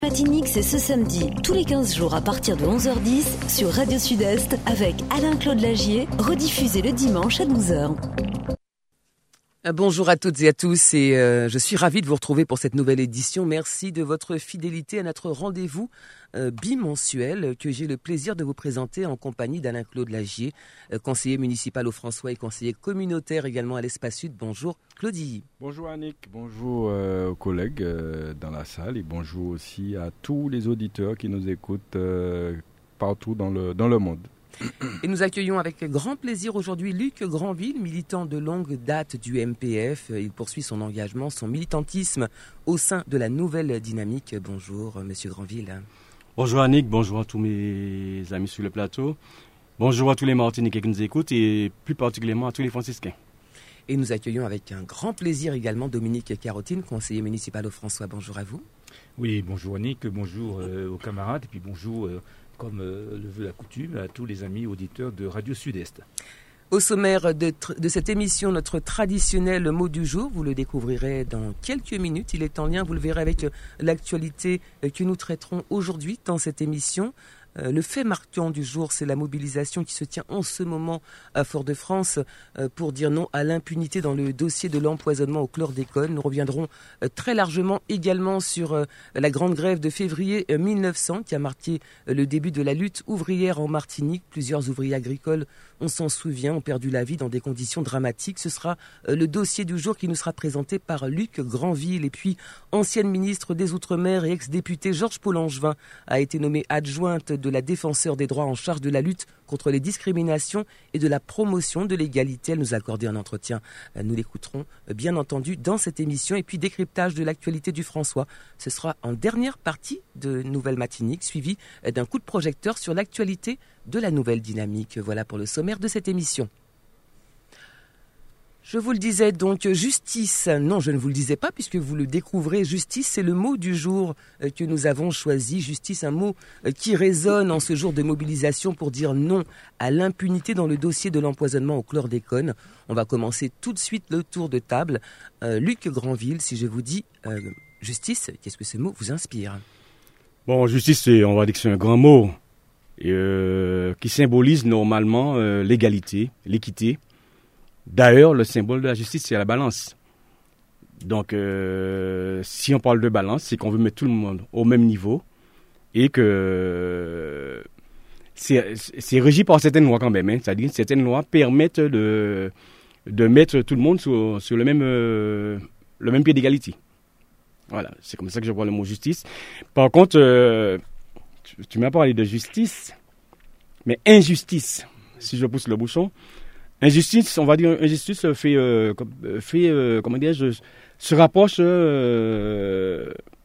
Matinix, c'est ce samedi, tous les 15 jours à partir de 11h10 sur Radio Sud-Est avec Alain-Claude Lagier, rediffusé le dimanche à 12h. Bonjour à toutes et à tous et je suis ravi de vous retrouver pour cette nouvelle édition. Merci de votre fidélité à notre rendez-vous bimensuel que j'ai le plaisir de vous présenter en compagnie d'Alain-Claude Lagier, conseiller municipal au François et conseiller communautaire également à l'Espace Sud. Bonjour Claudie. Bonjour Annick, bonjour aux collègues dans la salle et bonjour aussi à tous les auditeurs qui nous écoutent partout dans le monde. Et nous accueillons avec grand plaisir aujourd'hui Luc Granville, militant de longue date du MPF. Il poursuit son engagement, son militantisme au sein de la nouvelle dynamique. Bonjour Monsieur Granville. Bonjour Annick, bonjour à tous mes amis sur le plateau. Bonjour à tous les Martiniquais qui nous écoutent et plus particulièrement à tous les franciscains. Et nous accueillent avec un grand plaisir également Dominique Carotine, conseiller municipal au François. Bonjour à vous. Oui, bonjour Annick, bonjour aux camarades et puis bonjour... comme le veut la coutume, à tous les amis auditeurs de Radio Sud-Est. Au sommaire de cette émission, notre traditionnel mot du jour, vous le découvrirez dans quelques minutes. Il est en lien, vous le verrez, avec l'actualité que nous traiterons aujourd'hui dans cette émission. Le fait marquant du jour, c'est la mobilisation qui se tient en ce moment à Fort-de-France pour dire non à l'impunité dans le dossier de l'empoisonnement au chlordécone. Nous reviendrons très largement également sur la grande grève de février 1900 qui a marqué le début de la lutte ouvrière en Martinique. Plusieurs ouvriers agricoles, on s'en souvient, ont perdu la vie dans des conditions dramatiques. Ce sera le dossier du jour qui nous sera présenté par Luc Granville. Et puis, ancienne ministre des Outre-mer et ex-députée Georges-Paul Angevin a été nommée adjointe de la défenseur des droits en charge de la lutte contre les discriminations et de la promotion de l'égalité. Elle nous a accordé un entretien. Nous l'écouterons bien entendu dans cette émission. Et puis décryptage de l'actualité du François. Ce sera en dernière partie de Nouvelle Matinique, suivi d'un coup de projecteur sur l'actualité de la nouvelle dynamique. Voilà pour le sommaire de cette émission. Je vous le disais donc, justice. Non, je ne vous le disais pas puisque vous le découvrez. Justice, c'est le mot du jour que nous avons choisi. Justice, un mot qui résonne en ce jour de mobilisation pour dire non à l'impunité dans le dossier de l'empoisonnement au chlordécone. On va commencer tout de suite le tour de table. Luc Granville, si je vous dis justice, qu'est-ce que ce mot vous inspire ? Bon, justice, on va dire que c'est un grand mot qui symbolise normalement l'égalité, l'équité. D'ailleurs, le symbole de la justice, c'est la balance. Donc, si on parle de balance, c'est qu'on veut mettre tout le monde au même niveau et que c'est régi par certaines lois quand même. Hein. C'est-à-dire que certaines lois permettent de mettre tout le monde sur le même pied d'égalité. Voilà, c'est comme ça que je vois le mot justice. Par contre, tu m'as parlé de justice, mais injustice, si je pousse le bouchon. Injustice, on va dire, injustice comment dirais-je, se rapproche, je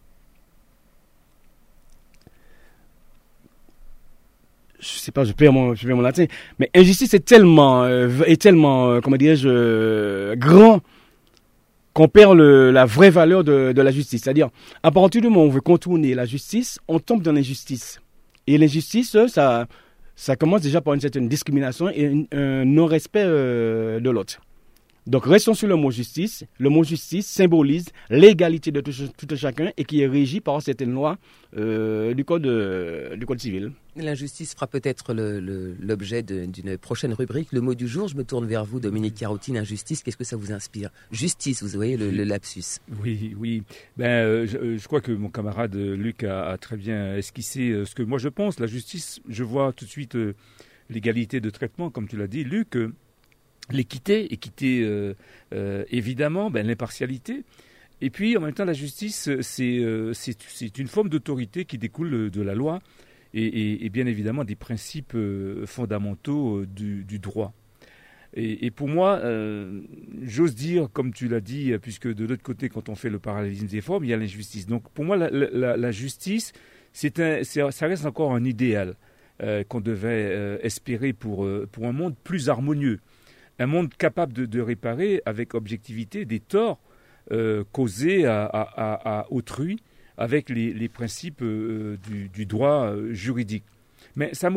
sais pas, je perds mon latin, mais injustice est tellement, comment dirais-je, grand qu'on perd la vraie valeur de la justice. C'est-à-dire, à partir du moment où on veut contourner la justice, on tombe dans l'injustice. Et l'injustice, ça commence déjà par une certaine discrimination et un non-respect de l'autre. Donc, restons sur le mot justice. Le mot justice symbolise l'égalité de tout chacun et qui est régi par certaines lois du code civil. L'injustice fera peut-être l'objet d'une prochaine rubrique. Le mot du jour, je me tourne vers vous, Dominique Carotine. Injustice, qu'est-ce que ça vous inspire ? Justice, vous voyez le lapsus. Oui. Je crois que mon camarade Luc a très bien esquissé ce que moi je pense. La justice, je vois tout de suite l'égalité de traitement, comme tu l'as dit, Luc. L'équité, évidemment, l'impartialité. Et puis, en même temps, la justice, c'est une forme d'autorité qui découle de la loi et bien évidemment des principes fondamentaux du droit. Et pour moi, j'ose dire, comme tu l'as dit, puisque de l'autre côté, quand on fait le parallélisme des formes, il y a l'injustice. Donc, pour moi, la justice, ça reste encore un idéal qu'on devait espérer pour un monde plus harmonieux. Un monde capable de réparer avec objectivité des torts causés à autrui avec les principes du droit juridique. Mais ça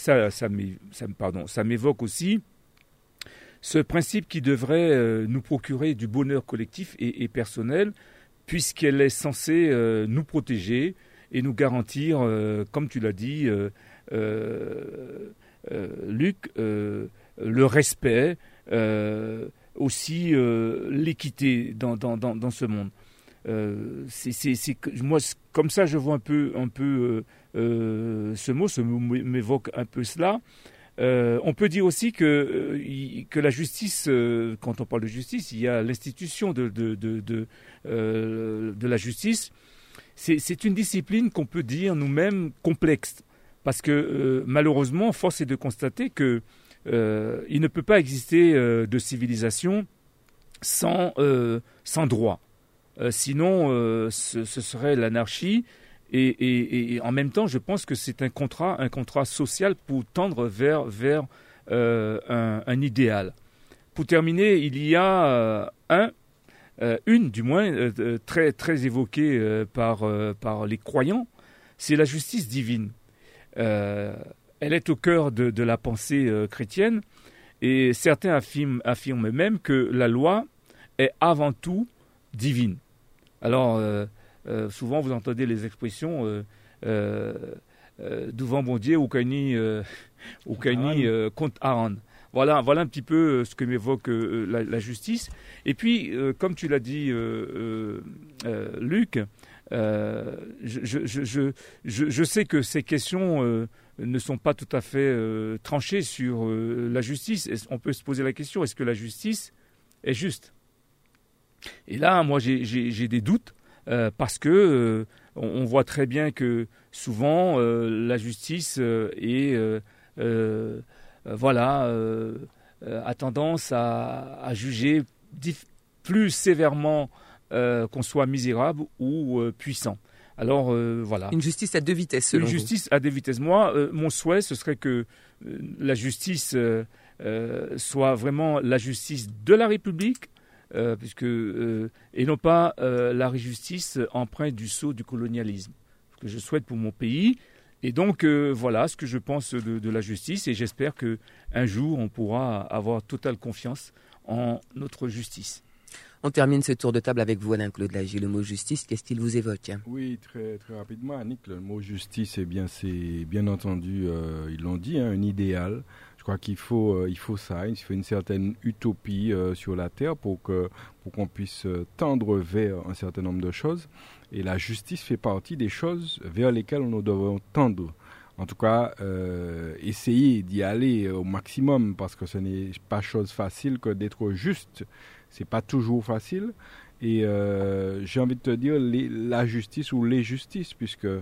m'évoque aussi ce principe qui devrait nous procurer du bonheur collectif et personnel, puisqu'elle est censée nous protéger et nous garantir, comme tu l'as dit, Luc, le respect, aussi l'équité dans ce monde. Moi, comme ça, je vois un peu ce mot m'évoque un peu cela. On peut dire aussi que la justice, quand on parle de justice, il y a l'institution de la justice. C'est une discipline qu'on peut dire nous-mêmes complexe, parce que malheureusement, force est de constater que il ne peut pas exister de civilisation sans droit. Sinon, ce serait l'anarchie. Et en même temps, je pense que c'est un contrat social pour tendre vers un idéal. Pour terminer, il y a une très très évoquée par les croyants, c'est la justice divine. Elle est au cœur de la pensée chrétienne, et certains affirment même que la loi est avant tout divine. Alors, souvent vous entendez les expressions devant bon Dieu ou Kaini contre Aaron. Voilà un petit peu ce que m'évoque la justice. Et puis, comme tu l'as dit, Luc, je sais que ces questions ne sont pas tout à fait tranchées sur la justice. On peut se poser la question, est-ce que la justice est juste ? Et là, moi, j'ai des doutes, parce que on voit très bien que souvent, la justice a tendance à juger plus sévèrement qu'on soit misérable ou puissant. Alors, voilà. Une justice à deux vitesses, selon vous. Une justice à deux vitesses. Moi, mon souhait, ce serait que la justice soit vraiment la justice de la République, et non pas la justice empreinte du sceau du colonialisme. Ce que je souhaite pour mon pays. Et donc, voilà ce que je pense de la justice, et j'espère qu'un jour, on pourra avoir totale confiance en notre justice. On termine ce tour de table avec vous, Alain-Claude Lagier. Le mot justice, qu'est-ce qu'il vous évoque ? Oui, très, très rapidement, Annick, le mot justice, c'est bien entendu, ils l'ont dit, un idéal. Je crois qu'il faut ça, il faut une certaine utopie sur la Terre pour qu'on puisse tendre vers un certain nombre de choses. Et la justice fait partie des choses vers lesquelles nous devons tendre. En tout cas, essayer d'y aller au maximum, parce que ce n'est pas chose facile que d'être juste. C'est pas toujours facile. Et j'ai envie de te dire la justice ou les justices,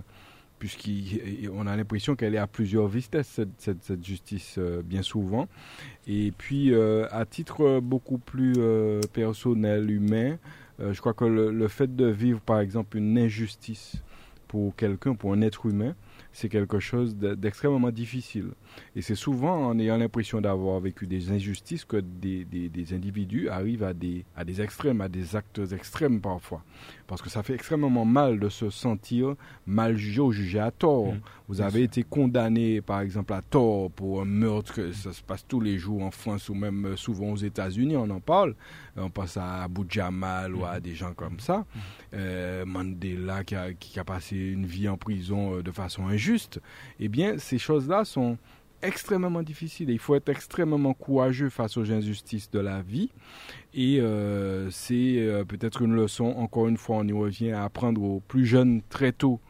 puisqu'on a l'impression qu'elle est à plusieurs vitesses, cette justice, bien souvent. Et puis, à titre beaucoup plus personnel, humain, je crois que le fait de vivre, par exemple, une injustice pour quelqu'un, pour un être humain, c'est quelque chose d'extrêmement difficile. Et c'est souvent en ayant l'impression d'avoir vécu des injustices que des individus arrivent à des extrêmes, à des actes extrêmes parfois. Parce que ça fait extrêmement mal de se sentir mal jugé ou jugé à tort. Vous avez été condamné, par exemple, à tort pour un meurtre, ça se passe tous les jours en France ou même souvent aux États-Unis, on en parle. On pense à Abu Jamal ou à des gens comme ça. Mandela qui a passé une vie en prison de façon injuste. Eh bien, ces choses-là sont extrêmement difficiles. Il faut être extrêmement courageux face aux injustices de la vie. Et c'est peut-être une leçon, encore une fois, on y revient, à apprendre aux plus jeunes très tôt,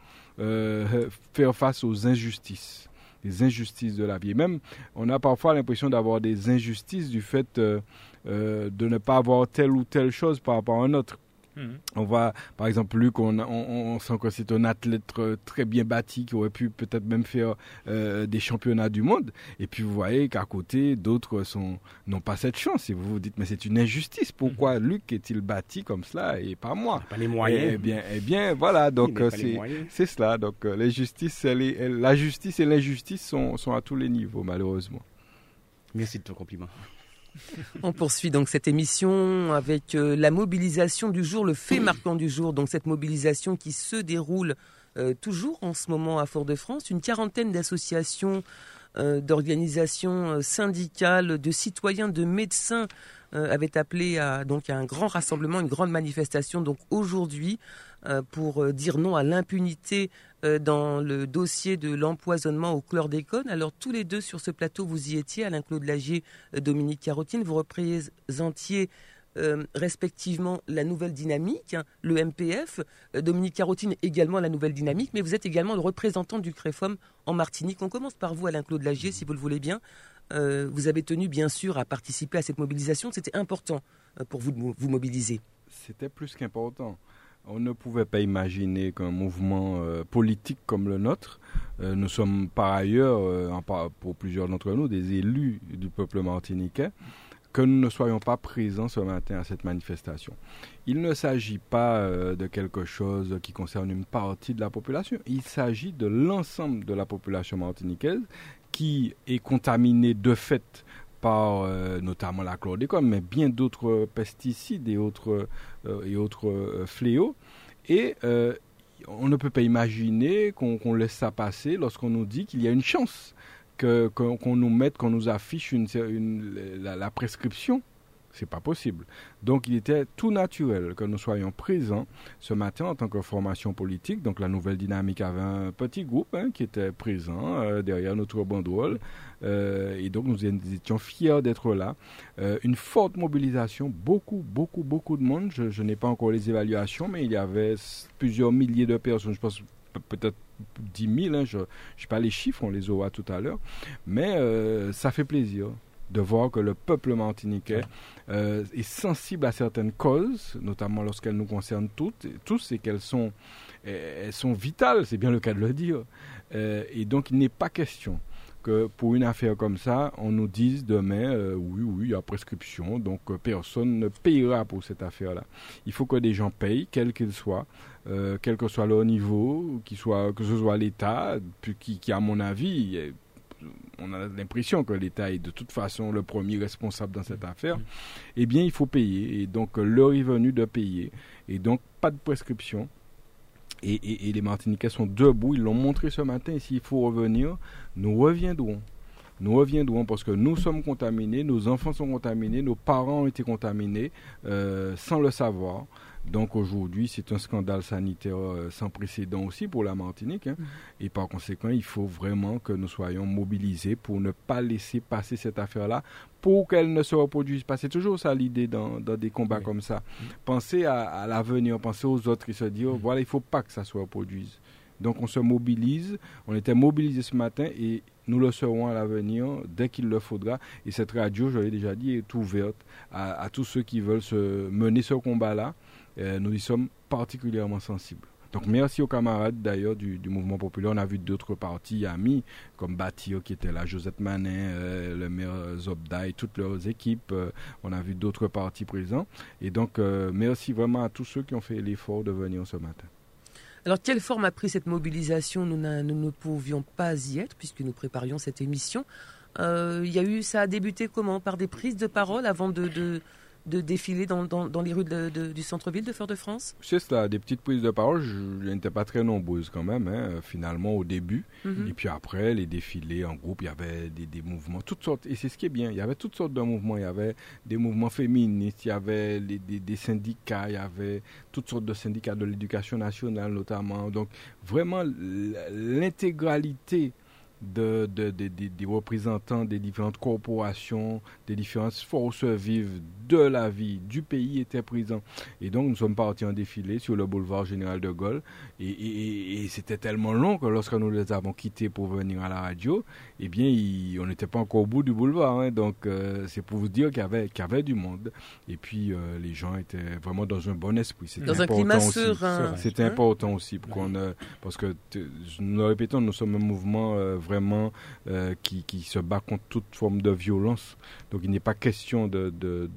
faire face aux injustices. Les injustices de la vie. Et même, on a parfois l'impression d'avoir des injustices du fait de ne pas avoir telle ou telle chose par rapport à un autre. On voit, par exemple, Luc, on sent que c'est un athlète très bien bâti qui aurait pu peut-être même faire des championnats du monde. Et puis vous voyez qu'à côté, d'autres n'ont pas cette chance. Et vous vous dites, mais c'est une injustice. Pourquoi Luc est-il bâti comme cela et pas moi ? Pas les moyens. Eh bien, voilà. Donc c'est cela. Donc la justice et l'injustice sont à tous les niveaux, malheureusement. Merci de ton compliment. On poursuit donc cette émission avec la mobilisation du jour, le fait marquant du jour. Donc cette mobilisation qui se déroule toujours en ce moment à Fort-de-France. Une quarantaine d'associations, d'organisations syndicales, de citoyens, de médecins avaient appelé à un grand rassemblement, une grande manifestation. Donc aujourd'hui, pour dire non à l'impunité dans le dossier de l'empoisonnement au chlordécone. Alors tous les deux sur ce plateau, vous y étiez, Alain-Claude Lagier, Dominique Carotine, vous représentiez respectivement la Nouvelle Dynamique, le MPF, Dominique Carotine également la Nouvelle Dynamique, mais vous êtes également le représentant du CREFOM en Martinique. On commence par vous, Alain-Claude Lagier, si vous le voulez bien. Vous avez tenu bien sûr à participer à cette mobilisation, c'était important pour vous de vous mobiliser. C'était plus qu'important. On ne pouvait pas imaginer qu'un mouvement politique comme le nôtre, nous sommes par ailleurs, pour plusieurs d'entre nous, des élus du peuple martiniquais, que nous ne soyons pas présents ce matin à cette manifestation. Il ne s'agit pas de quelque chose qui concerne une partie de la population, il s'agit de l'ensemble de la population martiniquaise qui est contaminée de fait par notamment la chlordécone, mais bien d'autres pesticides et autres fléaux. Et on ne peut pas imaginer qu'on laisse ça passer lorsqu'on nous dit qu'il y a une chance qu'on nous mette, qu'on nous affiche la prescription. C'est pas possible. Donc il était tout naturel que nous soyons présents ce matin en tant que formation politique. Donc la Nouvelle Dynamique avait un petit groupe qui était présent derrière notre banderole. Et donc nous étions fiers d'être là. Une forte mobilisation, beaucoup de monde. Je n'ai pas encore les évaluations, mais il y avait plusieurs milliers de personnes. Je pense peut-être 10 000. Je n'ai pas les chiffres, on les aura tout à l'heure. Mais ça fait plaisir de voir que le peuple martiniquais est sensible à certaines causes, notamment lorsqu'elles nous concernent tous, et qu'elles sont vitales, c'est bien le cas de le dire. Et donc, il n'est pas question que pour une affaire comme ça, on nous dise demain, oui, il y a prescription, donc personne ne payera pour cette affaire-là. Il faut que des gens payent, quel qu'ils soient, quel que soit leur niveau, que ce soit l'État, qui à mon avis... on a l'impression que l'État est de toute façon le premier responsable dans cette affaire, eh bien il faut payer. Et donc l'heure est venue de payer. Et donc pas de prescription. Et les Martiniquais sont debout, ils l'ont montré ce matin. Et s'il faut revenir, nous reviendrons. Nous reviendrons parce que nous sommes contaminés, nos enfants sont contaminés, nos parents ont été contaminés sans le savoir. Donc aujourd'hui, c'est un scandale sanitaire sans précédent aussi pour la Martinique. Et par conséquent, il faut vraiment que nous soyons mobilisés pour ne pas laisser passer cette affaire-là, pour qu'elle ne se reproduise pas. C'est toujours ça l'idée dans des combats comme ça. Penser à l'avenir, penser aux autres et se dire, voilà, il ne faut pas que ça se reproduise. Donc on se mobilise, on était mobilisés ce matin et nous le serons à l'avenir dès qu'il le faudra. Et cette radio, je l'ai déjà dit, est ouverte à tous ceux qui veulent mener ce combat-là. Nous y sommes particulièrement sensibles. Donc merci aux camarades d'ailleurs du mouvement populaire. On a vu d'autres partis amis comme Bâtir qui était là, Josette Manin, le maire Zobda et toutes leurs équipes. On a vu d'autres partis présents. Et donc merci vraiment à tous ceux qui ont fait l'effort de venir ce matin. Alors, quelle forme a pris cette mobilisation ? Nous ne pouvions pas y être puisque nous préparions cette émission. Ça a débuté comment ? Par des prises de parole avant de défiler dans les rues du centre-ville de Fort-de-France ? C'est cela, des petites prises de parole. Je n'étais pas très nombreuses quand même, finalement, au début. Et puis après, les défilés en groupe, il y avait des mouvements, toutes sortes. Et c'est ce qui est bien, il y avait toutes sortes de mouvements. Il y avait des mouvements féministes, il y avait des syndicats, il y avait toutes sortes de syndicats de l'éducation nationale notamment. Donc vraiment, l'intégralité des représentants des différentes corporations, des différentes forces vives de la vie du pays étaient présents. Et donc nous sommes partis en défilé sur le boulevard Général de Gaulle et c'était tellement long que lorsque nous les avons quittés pour venir à la radio, eh bien on n'était pas encore au bout du boulevard, donc c'est pour vous dire qu'il y avait du monde et puis les gens étaient vraiment dans un bon esprit. C'était dans un climat serein. C'était important aussi parce que nous le répétons, nous sommes un mouvement vraiment qui se bat contre toute forme de violence. Donc il n'est pas question de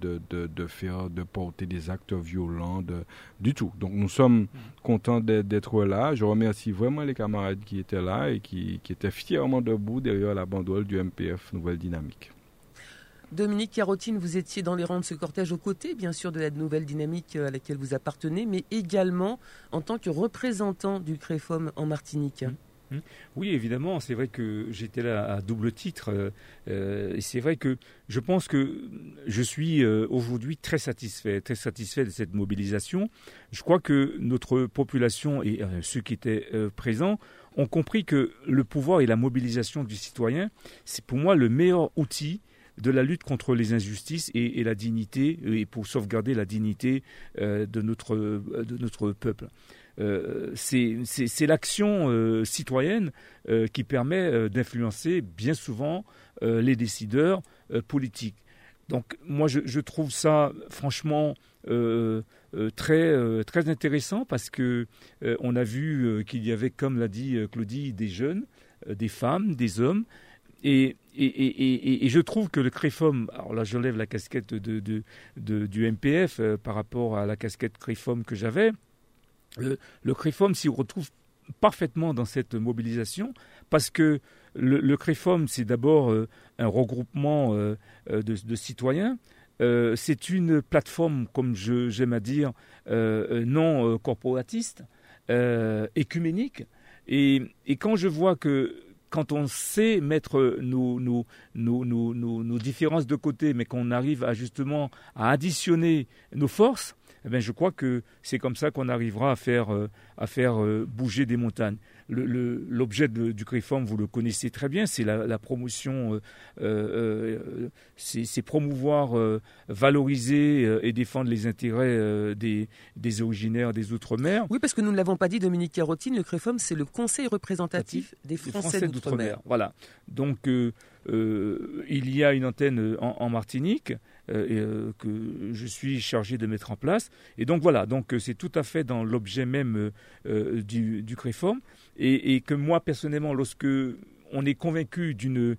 porter des actes violents du tout. Donc nous sommes contents d'être là. Je remercie vraiment les camarades qui étaient là et qui étaient fièrement debout derrière la banderole du MPF Nouvelle Dynamique. Dominique Carotine, vous étiez dans les rangs de ce cortège aux côtés, bien sûr, de la Nouvelle Dynamique à laquelle vous appartenez, mais également en tant que représentant du CREFOM en Martinique. Oui, évidemment, c'est vrai que j'étais là à double titre. Et c'est vrai que je pense que je suis aujourd'hui très satisfait de cette mobilisation. Je crois que notre population et ceux qui étaient présents ont compris que le pouvoir et la mobilisation du citoyen, c'est pour moi le meilleur outil de la lutte contre les injustices et la dignité, et pour sauvegarder la dignité de notre peuple. C'est l'action citoyenne qui permet d'influencer bien souvent les décideurs politiques. Donc moi je trouve ça franchement très intéressant parce que on a vu qu'il y avait, comme l'a dit Claudie, des jeunes, des femmes, des hommes. Et je trouve que le CREFOM, alors là je lève la casquette du MPF par rapport à la casquette CREFOM que j'avais, le CREFOM s'y retrouve parfaitement dans cette mobilisation parce que le CREFOM c'est d'abord un regroupement de citoyens, c'est une plateforme, comme j'aime à dire, non corporatiste, écuménique, et quand je vois que quand on sait mettre nos différences de côté, mais qu'on arrive justement à additionner nos forces, eh bien, je crois que c'est comme ça qu'on arrivera à faire bouger des montagnes. L'objet du CREFOM, vous le connaissez très bien, c'est la promotion, c'est promouvoir, valoriser et défendre les intérêts des originaires des Outre-mer. Oui, parce que nous ne l'avons pas dit, Dominique Carotine, le CREFOM, c'est le Conseil représentatif des Français d'Outre-mer. Voilà. Donc, il y a une antenne en Martinique que je suis chargé de mettre en place. Et donc voilà, donc c'est tout à fait dans l'objet même du CREFOM. Et que moi, personnellement, lorsque on est convaincu de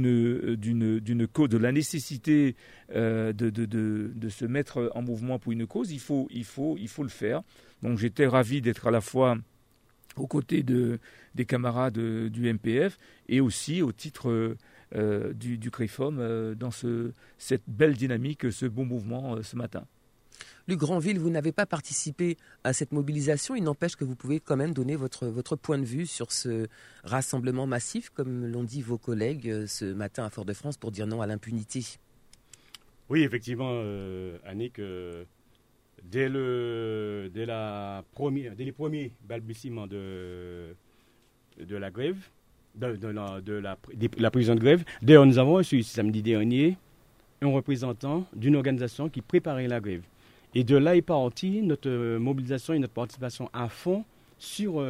la nécessité de se mettre en mouvement pour une cause, il faut le faire. Donc j'étais ravi d'être à la fois aux côtés des camarades du MPF et aussi au titre du CREFOM dans cette belle dynamique, ce bon mouvement ce matin. Luc Granville, vous n'avez pas participé à cette mobilisation. Il n'empêche que vous pouvez quand même donner votre point de vue sur ce rassemblement massif, comme l'ont dit vos collègues ce matin à Fort-de-France, pour dire non à l'impunité. Oui, effectivement, Annick, dès les premiers balbutiements de la grève, de la prison de grève, d'ailleurs, nous avons reçu samedi dernier un représentant d'une organisation qui préparait la grève. Et de là est partie notre mobilisation et notre participation à fond sur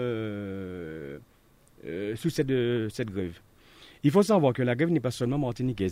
cette grève. Il faut savoir que la grève n'est pas seulement martiniquaise.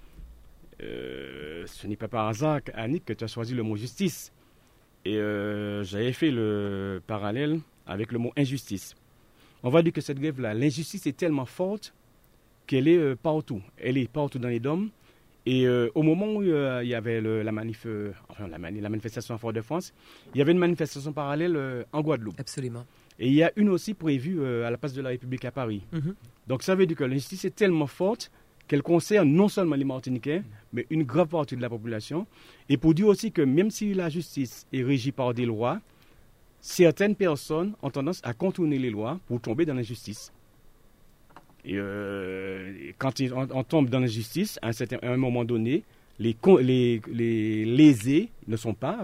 Ce n'est pas par hasard, Annick, que tu as choisi le mot justice. Et j'avais fait le parallèle avec le mot injustice. On va dire que cette grève-là, l'injustice est tellement forte qu'elle est partout. Elle est partout dans les DOM. Et au moment où il y avait la manifestation à Fort-de-France, il y avait une manifestation parallèle en Guadeloupe. Absolument. Et il y a une aussi prévue à la place de la République à Paris. Mm-hmm. Donc ça veut dire que l'injustice est tellement forte qu'elle concerne non seulement les Martiniquais, mais une grande partie de la population. Et pour dire aussi que même si la justice est régie par des lois, certaines personnes ont tendance à contourner les lois pour tomber dans l'injustice. Et quand on tombe dans l'injustice, à un moment donné, les lésés ne sont pas,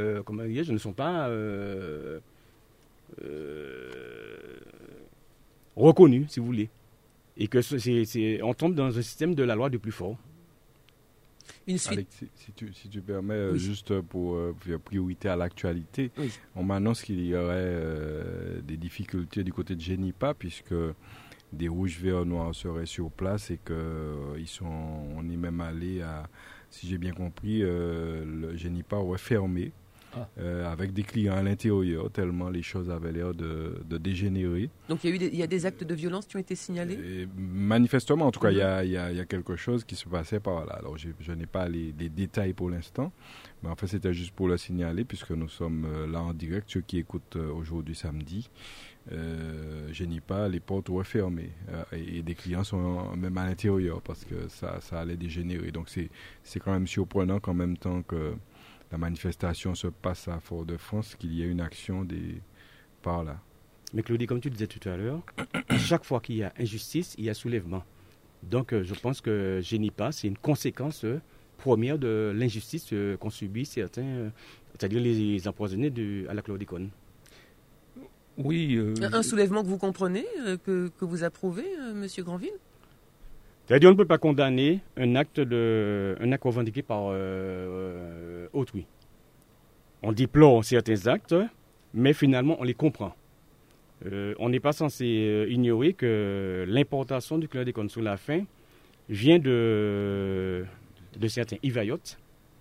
reconnus, si vous voulez. Et que on tombe dans un système de la loi du plus fort. Une suite. Alex, si tu permets, oui. Juste pour faire priorité à l'actualité, oui. On m'annonce qu'il y aurait des difficultés du côté de Génipa, puisque des rouges, verts, noirs seraient sur place et on est même allé à, si j'ai bien compris, le Génipa aurait fermé avec des clients à l'intérieur, tellement les choses avaient l'air de dégénérer. Donc il y a des actes de violence qui ont été signalés ? Manifestement, en tout cas, il y a quelque chose qui se passait par là. Alors je n'ai pas les détails pour l'instant, mais en fait c'était juste pour le signaler, puisque nous sommes là en direct, ceux qui écoutent aujourd'hui samedi. Génipa, les portes auraient fermé et des clients sont même à l'intérieur parce que ça allait dégénérer. Donc c'est quand même surprenant qu'en même temps que la manifestation se passe à Fort-de-France, qu'il y ait une action par là. Mais Claudie, comme tu disais tout à l'heure, à chaque fois qu'il y a injustice, il y a soulèvement. Donc, je pense que Génipa, c'est une conséquence première de l'injustice qu'ont subi certains, c'est-à-dire les empoisonnés à la chlordécone. Oui. Un soulèvement que vous comprenez, que vous approuvez, Monsieur Granville? C'est-à-dire, on ne peut pas condamner un acte revendiqué par autrui. On déplore certains actes, mais finalement, on les comprend. On n'est pas censé ignorer que l'importation du chlordécone sur la faim vient de certains Ivayotes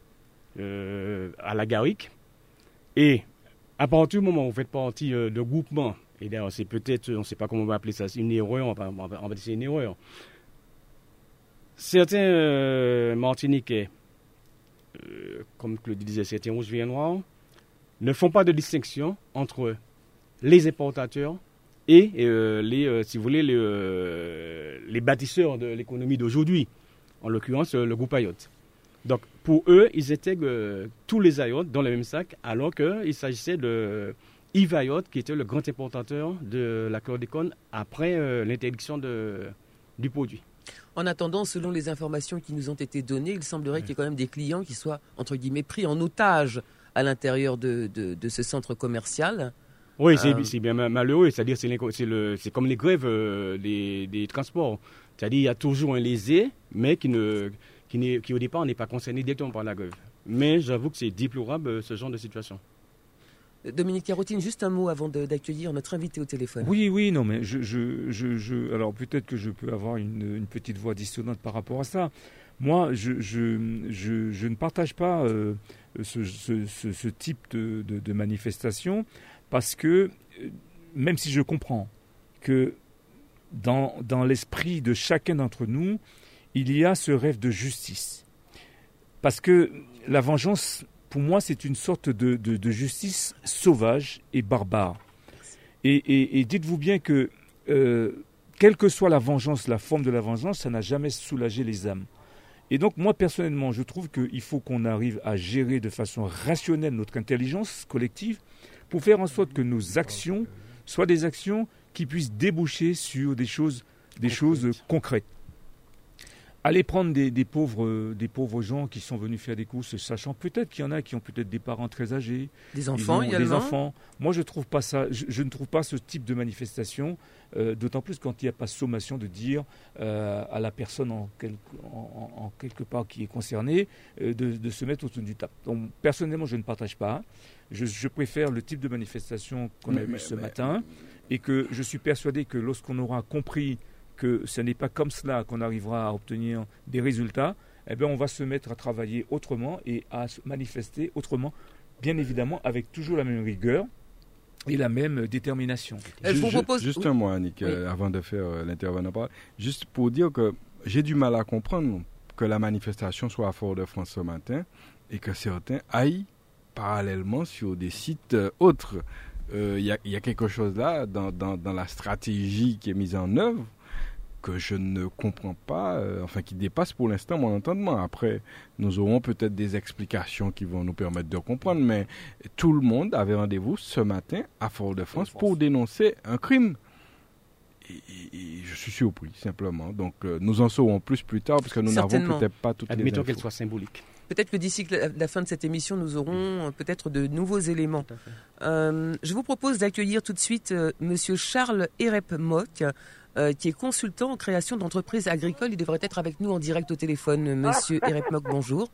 à la Garrigue. Et à partir du moment où vous faites partie de groupement, et d'ailleurs c'est peut-être, on ne sait pas comment on va appeler ça, c'est une erreur, on va dire c'est une erreur. Certains Martiniquais, comme Claudie disait, certains rouges viennent noirs, ne font pas de distinction entre les importateurs et si vous voulez, les bâtisseurs de l'économie d'aujourd'hui, en l'occurrence le groupe Ayotte. Donc pour eux, ils intègrent tous les Ayottes dans le même sac, alors qu'il s'agissait de Yves Ayotte, qui était le grand importateur de la chlordécone après l'interdiction du produit. En attendant, selon les informations qui nous ont été données, il semblerait qu'il y ait quand même des clients qui soient, entre guillemets, pris en otage à l'intérieur de ce centre commercial. Oui, c'est bien malheureux. C'est-à-dire c'est comme les grèves des transports. C'est-à-dire il y a toujours un lésé, mais qui au départ n'est pas concerné directement par la grève. Mais j'avoue que c'est déplorable ce genre de situation. Dominique Carotine, juste un mot avant d'accueillir notre invité au téléphone. Oui, non, mais alors peut-être que je peux avoir une petite voix dissonante par rapport à ça. Moi, je ne partage pas ce type de manifestation parce que, même si je comprends que dans l'esprit de chacun d'entre nous, il y a ce rêve de justice. Parce que la vengeance, pour moi, c'est une sorte de justice sauvage et barbare. Et dites-vous bien que, quelle que soit la vengeance, la forme de la vengeance, ça n'a jamais soulagé les âmes. Et donc, moi, personnellement, je trouve qu'il faut qu'on arrive à gérer de façon rationnelle notre intelligence collective pour faire en sorte que nos actions soient des actions qui puissent déboucher sur des choses concrètes. Aller prendre des pauvres gens qui sont venus faire des courses, sachant peut-être qu'il y en a qui ont peut-être des parents très âgés. Des enfants également. Des enfants. Moi, je trouve pas ça. Je ne trouve pas ce type de manifestation, d'autant plus quand il n'y a pas sommation de dire à la personne en quelque part qui est concernée de se mettre autour du table. Donc, personnellement, je ne partage pas. Je préfère le type de manifestation qu'on a eu ce matin, et que je suis persuadé que lorsqu'on aura compris que ce n'est pas comme cela qu'on arrivera à obtenir des résultats, eh bien on va se mettre à travailler autrement et à se manifester autrement, bien évidemment avec toujours la même rigueur et la même détermination. Je vous propose... Juste un mot, Annick, avant de faire l'intervenant parler. Juste pour dire que j'ai du mal à comprendre que la manifestation soit à Fort-de-France ce matin et que certains aillent parallèlement sur des sites autres. Il y a quelque chose là dans la stratégie qui est mise en œuvre que je ne comprends pas, qui dépasse pour l'instant mon entendement. Après, nous aurons peut-être des explications qui vont nous permettre de comprendre, mais tout le monde avait rendez-vous ce matin à Fort-de-France pour dénoncer un crime. Et je suis surpris, simplement. Donc, nous en saurons plus tard, parce que nous n'avons peut-être pas toutes les infos. Admettons qu'elle soit symbolique. Peut-être que d'ici la fin de cette émission, nous aurons peut-être de nouveaux éléments. Je vous propose d'accueillir tout de suite Monsieur Charles Erep-Mock, qui est consultant en création d'entreprises agricoles. Il devrait être avec nous en direct au téléphone. Monsieur Erep-Mock, bonjour.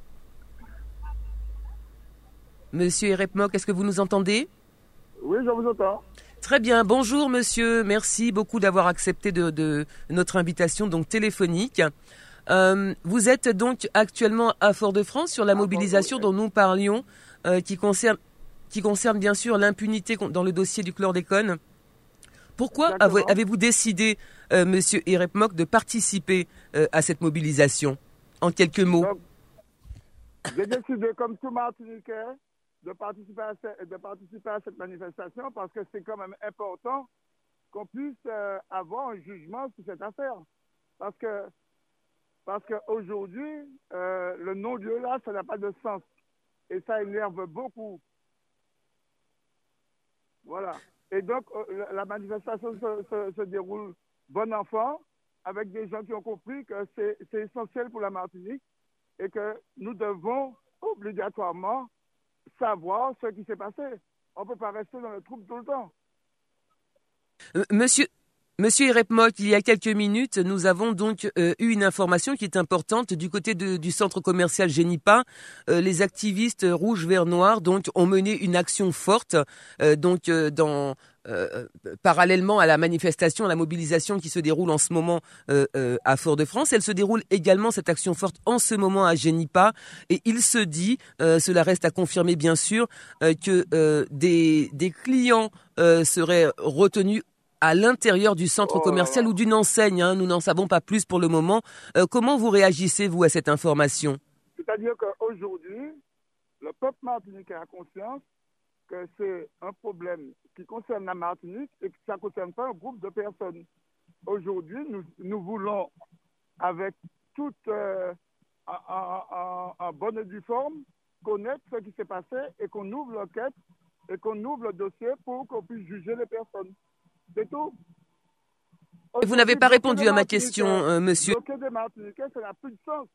Monsieur Erep-Mock, est-ce que vous nous entendez? Oui, je vous entends. Très bien, bonjour monsieur, merci beaucoup d'avoir accepté de notre invitation donc téléphonique. Vous êtes donc actuellement à Fort-de-France sur la mobilisation dont nous parlions, qui concerne bien sûr l'impunité dans le dossier du chlordécone. Pourquoi avez-vous décidé, monsieur Erep-Mock, de participer à cette mobilisation? En quelques mots. Donc, j'ai décidé, comme tout Martiniquais, de participer à cette manifestation parce que c'est quand même important qu'on puisse avoir un jugement sur cette affaire. Parce qu'aujourd'hui, le non-lieu là, ça n'a pas de sens. Et ça énerve beaucoup. Voilà. Et donc, la manifestation se déroule bon enfant, avec des gens qui ont compris que c'est essentiel pour la Martinique et que nous devons obligatoirement savoir ce qui s'est passé. On ne peut pas rester dans le trouble tout le temps. Monsieur Erepmoc, il y a quelques minutes, nous avons donc eu une information qui est importante du côté du centre commercial Génipa. Les activistes rouge, vert, noir donc ont mené une action forte parallèlement à la manifestation, à la mobilisation qui se déroule en ce moment à Fort-de-France. Elle se déroule également, cette action forte, en ce moment à Génipa. Et il se dit, cela reste à confirmer bien sûr, que des clients seraient retenus à l'intérieur du centre commercial ou d'une enseigne. Nous n'en savons pas plus pour le moment. Comment vous réagissez, vous, à cette information? C'est-à-dire qu'aujourd'hui, le peuple martiniquais a conscience que c'est un problème qui concerne la Martinique et que ça ne concerne pas un groupe de personnes. Aujourd'hui, nous voulons, avec toute en bonne et due forme, connaître ce qui s'est passé et qu'on ouvre l'enquête et qu'on ouvre le dossier pour qu'on puisse juger les personnes. C'est tout. Vous n'avez pas répondu à ma question, monsieur. Bloquer des Martiniquais, ça n'a plus de sens.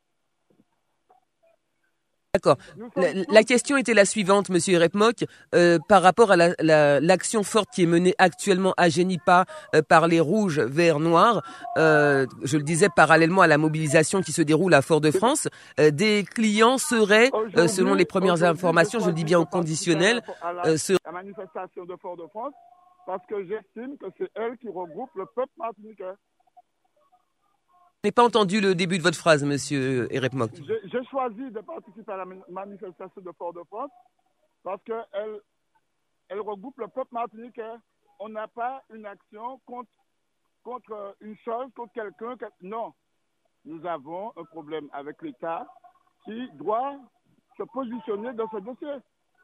D'accord. La question était la suivante, monsieur Erepmoc, par rapport à l'action forte qui est menée actuellement à Génipa par les rouges, verts, noirs. Je le disais, parallèlement à la mobilisation qui se déroule à Fort-de-France, des clients seraient, selon les premières informations, je le dis bien au conditionnel, la manifestation de Fort-de-France, parce que j'estime que c'est elle qui regroupe le peuple martiniquais. Je n'ai pas entendu le début de votre phrase, monsieur Erepmoc. J'ai choisi de participer à la manifestation de Fort-de-France parce qu'elle regroupe le peuple martiniquais. On n'a pas une action contre une chose, contre quelqu'un. Non. Nous avons un problème avec l'État qui doit se positionner dans ce dossier.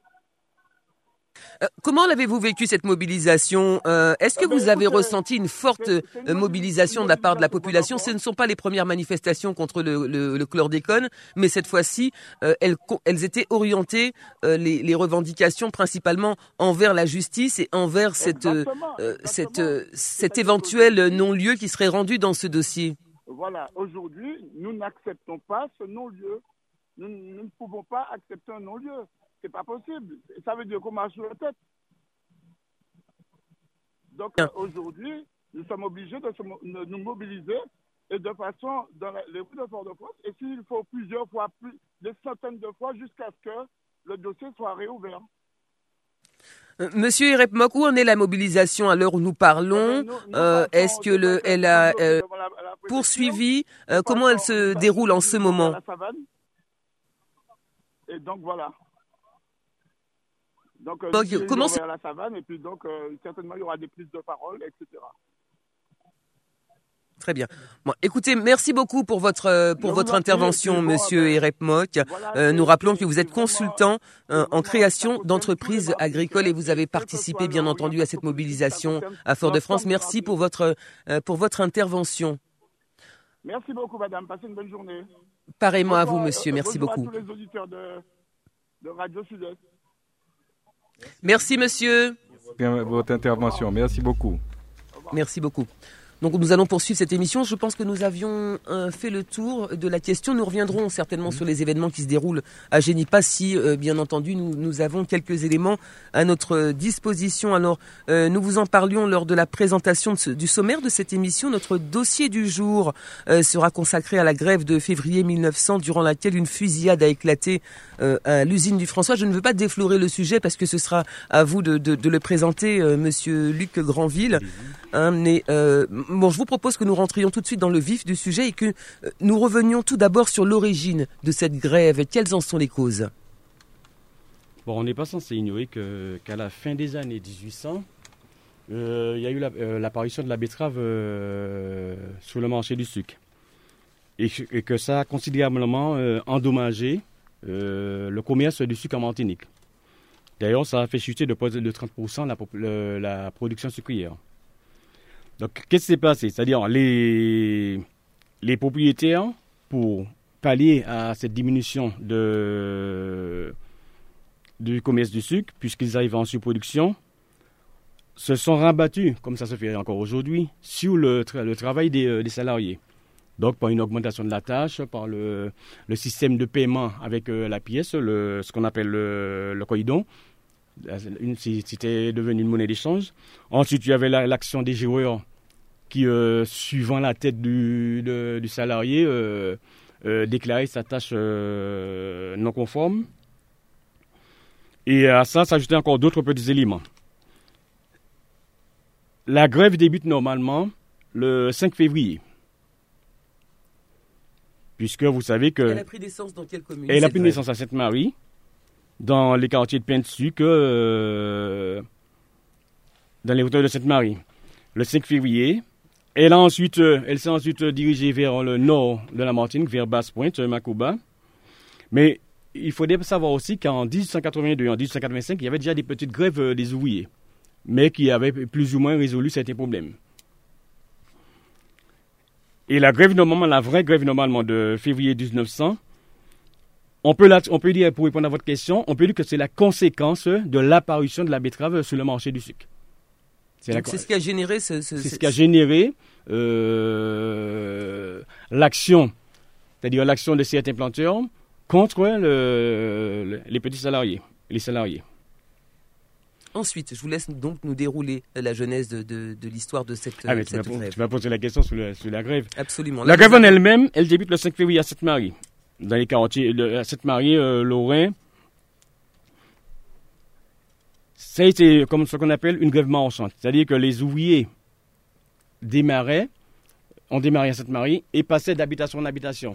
Comment l'avez-vous vécu cette mobilisation? Est-ce que vous avez ressenti une forte mobilisation de la part de la population? Ce ne sont pas les premières manifestations contre le chlordécone, mais cette fois-ci, elles étaient orientées, les revendications principalement envers la justice et envers cet éventuel non-lieu qui serait rendu dans ce dossier. Voilà, aujourd'hui, nous n'acceptons pas ce non-lieu. Nous ne pouvons pas accepter un non-lieu. C'est pas possible. Ça veut dire qu'on marche sur la tête. Donc aujourd'hui, nous sommes obligés de nous mobiliser et de façon dans les rues de Fort-de-France. Et s'il faut plusieurs fois, des centaines de fois, jusqu'à ce que le dossier soit réouvert. Monsieur Erepmoc, où en est la mobilisation à l'heure où nous parlons? Est-ce que elle a poursuivi? Comment elle se déroule en ce moment? Et donc voilà. Donc, comment c'est à la savane et puis donc certainement il y aura des prises de parole, etc. Très bien. Bon, écoutez, merci beaucoup pour votre intervention, monsieur Erepmoc. Nous rappelons que vous êtes consultant en création d'entreprises agricoles et vous avez participé, bien entendu, à cette mobilisation à Fort-de-France. Merci pour votre intervention. Merci beaucoup, madame. Passez une bonne journée. Pareillement à vous, monsieur. Merci beaucoup. Bonjour à tous les auditeurs de Radio Sud-Est. Merci, monsieur. Bien, votre intervention. Merci beaucoup. Merci beaucoup. Donc nous allons poursuivre cette émission. Je pense que nous avions fait le tour de la question. Nous reviendrons certainement sur les événements qui se déroulent à Génipa si, bien entendu, nous avons quelques éléments à notre disposition. Alors, nous vous en parlions lors de la présentation du sommaire de cette émission. Notre dossier du jour sera consacré à la grève de février 1900, durant laquelle une fusillade a éclaté à l'usine du François. Je ne veux pas déflorer le sujet parce que ce sera à vous de le présenter, monsieur Luc Granville. Mais bon, je vous propose que nous rentrions tout de suite dans le vif du sujet et que nous revenions tout d'abord sur l'origine de cette grève. Quelles en sont les causes? Bon, on n'est pas censé ignorer qu'à la fin des années 1800, il y a eu l'apparition de la betterave sur le marché du sucre. Et que ça a considérablement endommagé le commerce du sucre en Martinique. D'ailleurs, ça a fait chuter de 30% la production sucrière. Donc, qu'est-ce qui s'est passé? C'est-à-dire, les propriétaires, pour pallier à cette diminution du commerce du sucre, puisqu'ils arrivent en surproduction, se sont rabattus, comme ça se fait encore aujourd'hui, sur le travail des salariés. Donc, par une augmentation de la tâche, par le système de paiement avec la pièce, ce qu'on appelle le coïdon. C'était devenu une monnaie d'échange. Ensuite, il y avait l'action des joueurs qui, suivant la tête du salarié, déclarait sa tâche non conforme. Et à ça s'ajoutaient encore d'autres petits éléments. La grève débute normalement le 5 février. Puisque vous savez que... Elle a pris naissance dans quelle commune? Elle a pris naissance à Sainte-Marie, dans les quartiers de Pensuc, dans les hauteurs de Sainte-Marie. Le 5 février, elle s'est ensuite dirigée vers le nord de la Martinique, vers Basse-Pointe, Macouba. Mais il faudrait savoir aussi qu'en 1882 et en 1885, il y avait déjà des petites grèves des ouvriers, mais qui avaient plus ou moins résolu certains problèmes. Et la vraie grève normalement de février 1900, on peut dire, pour répondre à votre question, on peut dire que c'est la conséquence de l'apparition de la betterave sur le marché du sucre. C'est ce qui a généré c'est ce qui a généré l'action, c'est-à-dire l'action de certains planteurs contre les petits salariés, les salariés. Ensuite, je vous laisse donc nous dérouler la genèse de l'histoire de cette grève. Tu vas poser la question sur la grève. Absolument. La grève en elle-même, elle débute le 5 février à Sainte-Marie. Dans les quartiers de Sainte-Marie, Lorrain. Ça a été comme ce qu'on appelle une grève marchande. C'est-à-dire que les ouvriers ont démarré à Sainte-Marie et passaient d'habitation en habitation.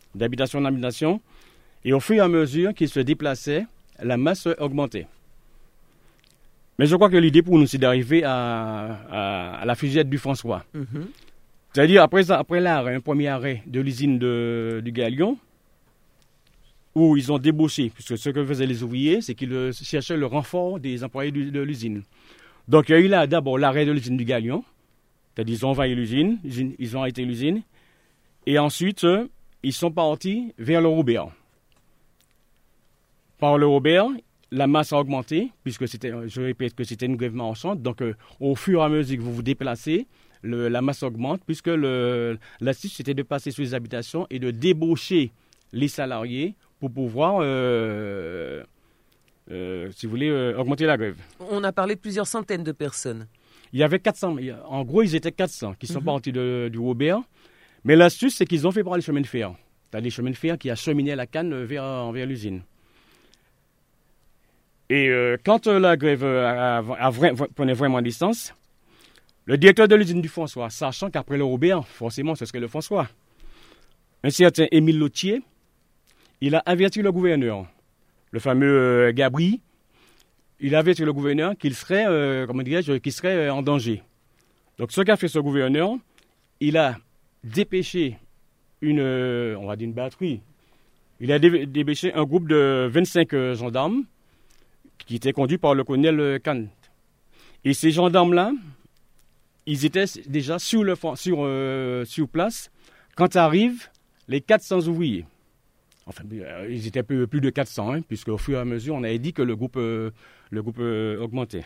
Et au fur et à mesure qu'ils se déplaçaient, la masse augmentait. Mais je crois que l'idée pour nous, c'est d'arriver à la fusillade du François. Mm-hmm. C'est-à-dire, après l'arrêt, un premier arrêt de l'usine du Galion, où ils ont débauché, puisque ce que faisaient les ouvriers, c'est qu'ils cherchaient le renfort des employés de l'usine. Donc, il y a eu là d'abord l'arrêt de l'usine du Galion, c'est-à-dire ils ont envahi l'usine, ils ont arrêté l'usine, et ensuite, ils sont partis vers le Robert. Par le Robert, la masse a augmenté, puisque je répète que c'était une grève marchande. Donc, au fur et à mesure que vous vous déplacez, la masse augmente, puisque l'astuce, c'était de passer sur les habitations et de débaucher les salariés pour pouvoir, si vous voulez, augmenter la grève. On a parlé de plusieurs centaines de personnes. Il y avait 400. En gros, ils étaient 400 qui sont partis du Robert. Mais l'astuce, c'est qu'ils ont fait par les chemins de fer. C'est-à-dire les chemins de fer qui acheminaient la canne vers l'usine. Et quand la grève prenait vraiment distance, le directeur de l'usine du François, sachant qu'après le Robert, forcément, ce serait le François, un certain Émile Lautier, il a averti le gouverneur, le fameux Gabri, il a averti le gouverneur qu'il serait, qu'il serait en danger. Donc, ce qu'a fait ce gouverneur, il a dépêché une batterie. Il a dépêché un groupe de 25 gendarmes qui était conduit par le colonel Kant. Et ces gendarmes-là, ils étaient déjà sur place quand arrivent les 400 ouvriers. Enfin, ils étaient plus de 400, puisque au fur et à mesure, on avait dit que le groupe augmentait.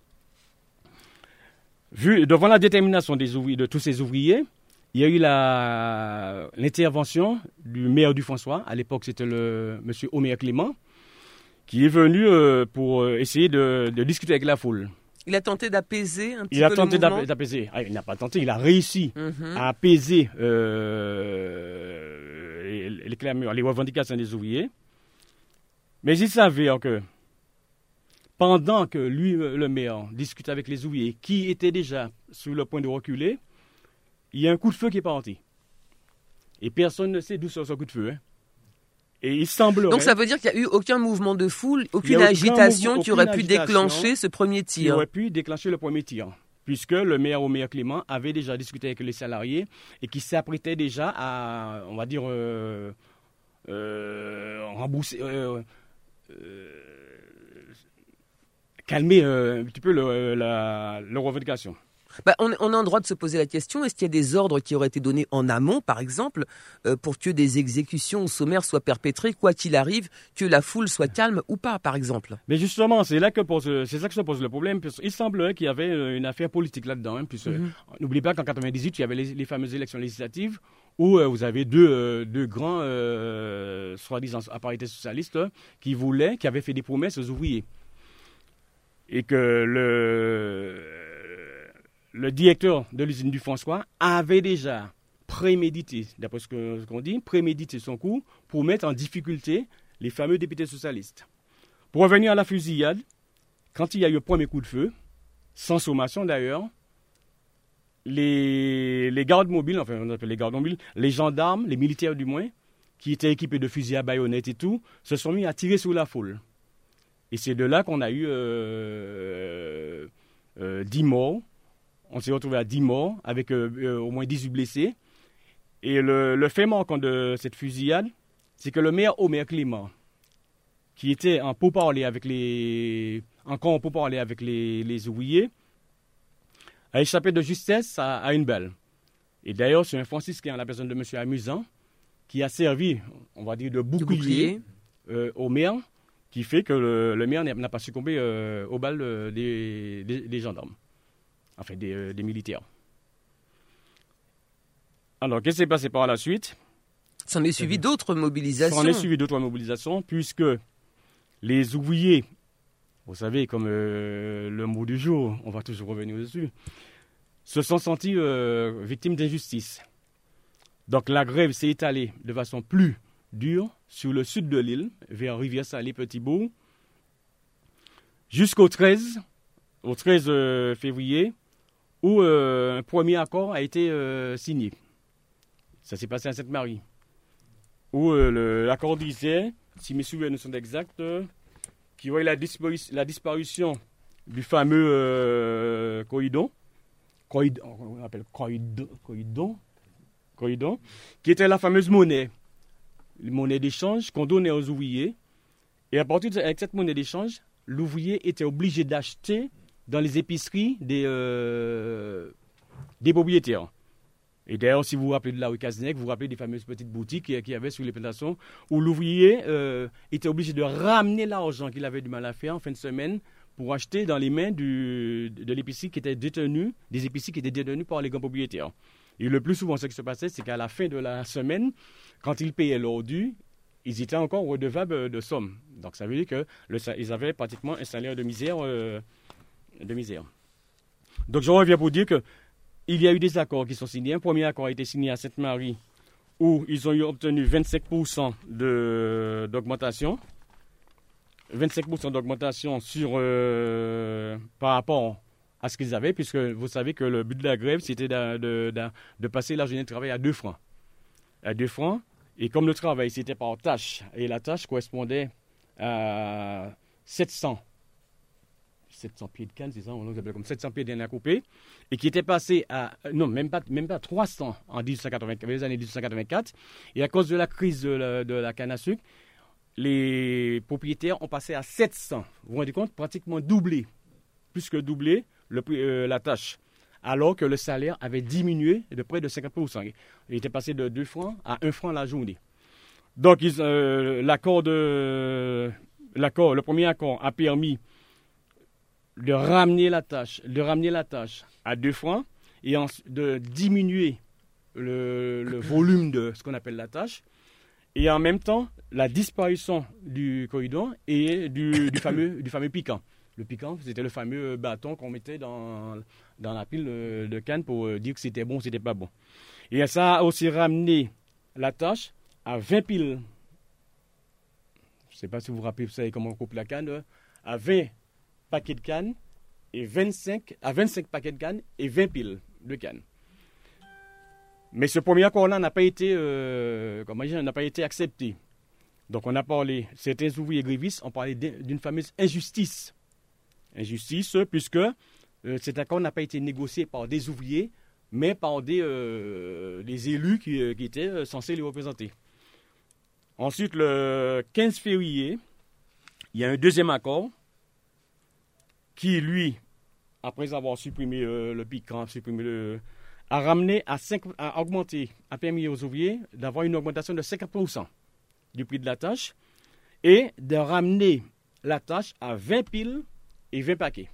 Devant la détermination de tous ces ouvriers, il y a eu l'intervention du maire du François. À l'époque, c'était le monsieur Omer Clément, qui est venu pour essayer de discuter avec la foule. Il a tenté d'apaiser un petit peu le mouvement. Il a tenté d'apaiser. Il n'a pas tenté, il a réussi à apaiser les clameurs, les revendications des ouvriers. Mais il s'avère que pendant que lui, le maire, discutait avec les ouvriers qui étaient déjà sur le point de reculer, il y a un coup de feu qui est parti. Et personne ne sait d'où sort ce coup de feu. Et il semblerait... Donc ça veut dire qu'il n'y a eu aucun mouvement de foule, aucune agitation qui aurait pu déclencher ce premier tir. Qui aurait pu déclencher le premier tir. Puisque le maire Omer Clément avait déjà discuté avec les salariés et qui s'apprêtait déjà à, on va dire, rembourser, calmer un petit peu leur revendication. On a en droit de se poser la question, est-ce qu'il y a des ordres qui auraient été donnés en amont, par exemple, pour que des exécutions sommaires soient perpétrées, quoi qu'il arrive, que la foule soit calme ou pas, par exemple? Mais justement, c'est ça que se pose le problème. Il semblerait qu'il y avait une affaire politique là-dedans. N'oubliez pas qu'en 1998, il y avait les fameuses élections législatives où vous avez deux grands, soi-disant apparentés socialistes, qui avaient fait des promesses aux ouvriers. Et que le directeur de l'usine du François avait déjà prémédité, d'après ce qu'on dit, prémédité son coup pour mettre en difficulté les fameux députés socialistes. Pour revenir à la fusillade, quand il y a eu le premier coup de feu, sans sommation d'ailleurs, les gardes mobiles, enfin on appelle les gardes mobiles, les gendarmes, les militaires du moins, qui étaient équipés de fusils à baïonnettes et tout, se sont mis à tirer sur la foule. Et c'est de là qu'on a eu 10 morts. On s'est retrouvé à 10 morts avec au moins 18 blessés. Et le fait marquant de cette fusillade, c'est que le maire Omer Clément, qui était en pourparlers avec les ouvriers, a échappé de justesse à une balle. Et d'ailleurs, c'est un franciscain à la personne de M. Amusant qui a servi, on va dire, de bouclier au maire, qui fait que le maire n'a pas succombé aux balles des gendarmes, enfin des militaires. Alors, qu'est-ce qui s'est passé par la suite? S'en est suivi d'autres mobilisations. Puisque les ouvriers, vous savez, comme le mot du jour, on va toujours revenir dessus, se sont sentis victimes d'injustice. Donc la grève s'est étalée de façon plus dure sur le sud de l'île, vers Rivière-Salée, Petit-Bourg, jusqu'au 13 février, où un premier accord a été signé. Ça s'est passé à Sainte-Marie, où l'accord disait, si mes souvenirs sont exacts, qu'il y aurait la disparition du fameux coïdon, on appelle coïdon, qui était la fameuse monnaie d'échange qu'on donnait aux ouvriers. Et à partir avec cette monnaie d'échange, l'ouvrier était obligé d'acheter dans les épiceries des propriétaires. Et d'ailleurs, si vous vous rappelez de la rue Cazenec, vous vous rappelez des fameuses petites boutiques qu'il y avait sur les plantations, où l'ouvrier était obligé de ramener l'argent qu'il avait du mal à faire en fin de semaine pour acheter dans les mains de l'épicerie qui était détenue, des épiceries qui étaient détenues par les grands propriétaires. Et le plus souvent, ce qui se passait, c'est qu'à la fin de la semaine, quand ils payaient leur dû, ils étaient encore redevables de sommes. Donc ça veut dire qu'ils avaient pratiquement un salaire de misère. Donc je reviens pour dire qu'il y a eu des accords qui sont signés. Un premier accord a été signé à Sainte-Marie, où ils ont obtenu 25% d'augmentation. 25% d'augmentation par rapport à ce qu'ils avaient, puisque vous savez que le but de la grève, c'était de passer la journée de travail à 2 francs. À 2 francs. Et comme le travail, c'était par tâche, et la tâche correspondait à 700 pieds de canne, c'est ça, on l'appelle comme 700 pieds de canne à couper, et qui était passé à, non, même pas 300 en 1884, les années 1884. Et à cause de la crise de la canne à sucre, les propriétaires ont passé à 700. Vous vous rendez compte? Pratiquement doublé, plus que doublé la tâche, alors que le salaire avait diminué de près de 50%. Il était passé de 2 francs à 1 franc la journée. Donc, le premier accord a permis de ramener la tâche à 2 francs et de diminuer le volume de ce qu'on appelle la tâche. Et en même temps, la disparition du coïdon et du fameux piquant. Le piquant, c'était le fameux bâton qu'on mettait dans la pile de canne pour dire que c'était bon ou c'était pas bon. Et ça a aussi ramené la tâche à 20 piles. Je ne sais pas si vous vous rappelez, vous savez comment on coupe la canne, à 20 paquets de canne et 25 paquets de canne et 20 piles de canne. Mais ce premier accord-là n'a pas été accepté. Donc on a parlé, certains ouvriers grévistes ont parlé d'une fameuse injustice. Injustice puisque cet accord n'a pas été négocié par des ouvriers, mais par des élus qui étaient censés les représenter. Ensuite, le 15 février, il y a un deuxième accord qui, lui, après avoir supprimé le piquant, a permis aux ouvriers d'avoir une augmentation de 50% du prix de la tâche et de ramener la tâche à 20 piles et 20 paquets.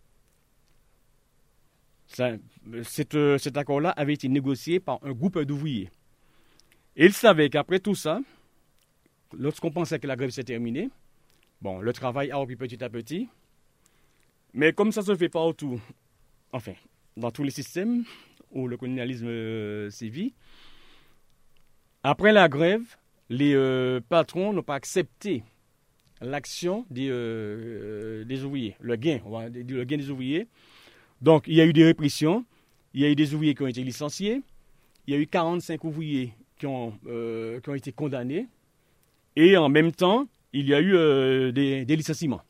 Cet accord-là avait été négocié par un groupe d'ouvriers. Et ils savaient qu'après tout ça, lorsqu'on pensait que la grève s'est terminée, le travail a repris petit à petit. Mais comme ça se fait partout, enfin, dans tous les systèmes où le colonialisme sévit, après la grève, les patrons n'ont pas accepté l'action des ouvriers, le gain des ouvriers. Donc, il y a eu des répressions, il y a eu des ouvriers qui ont été licenciés, il y a eu 45 ouvriers qui ont été condamnés, et en même temps, il y a eu des licenciements.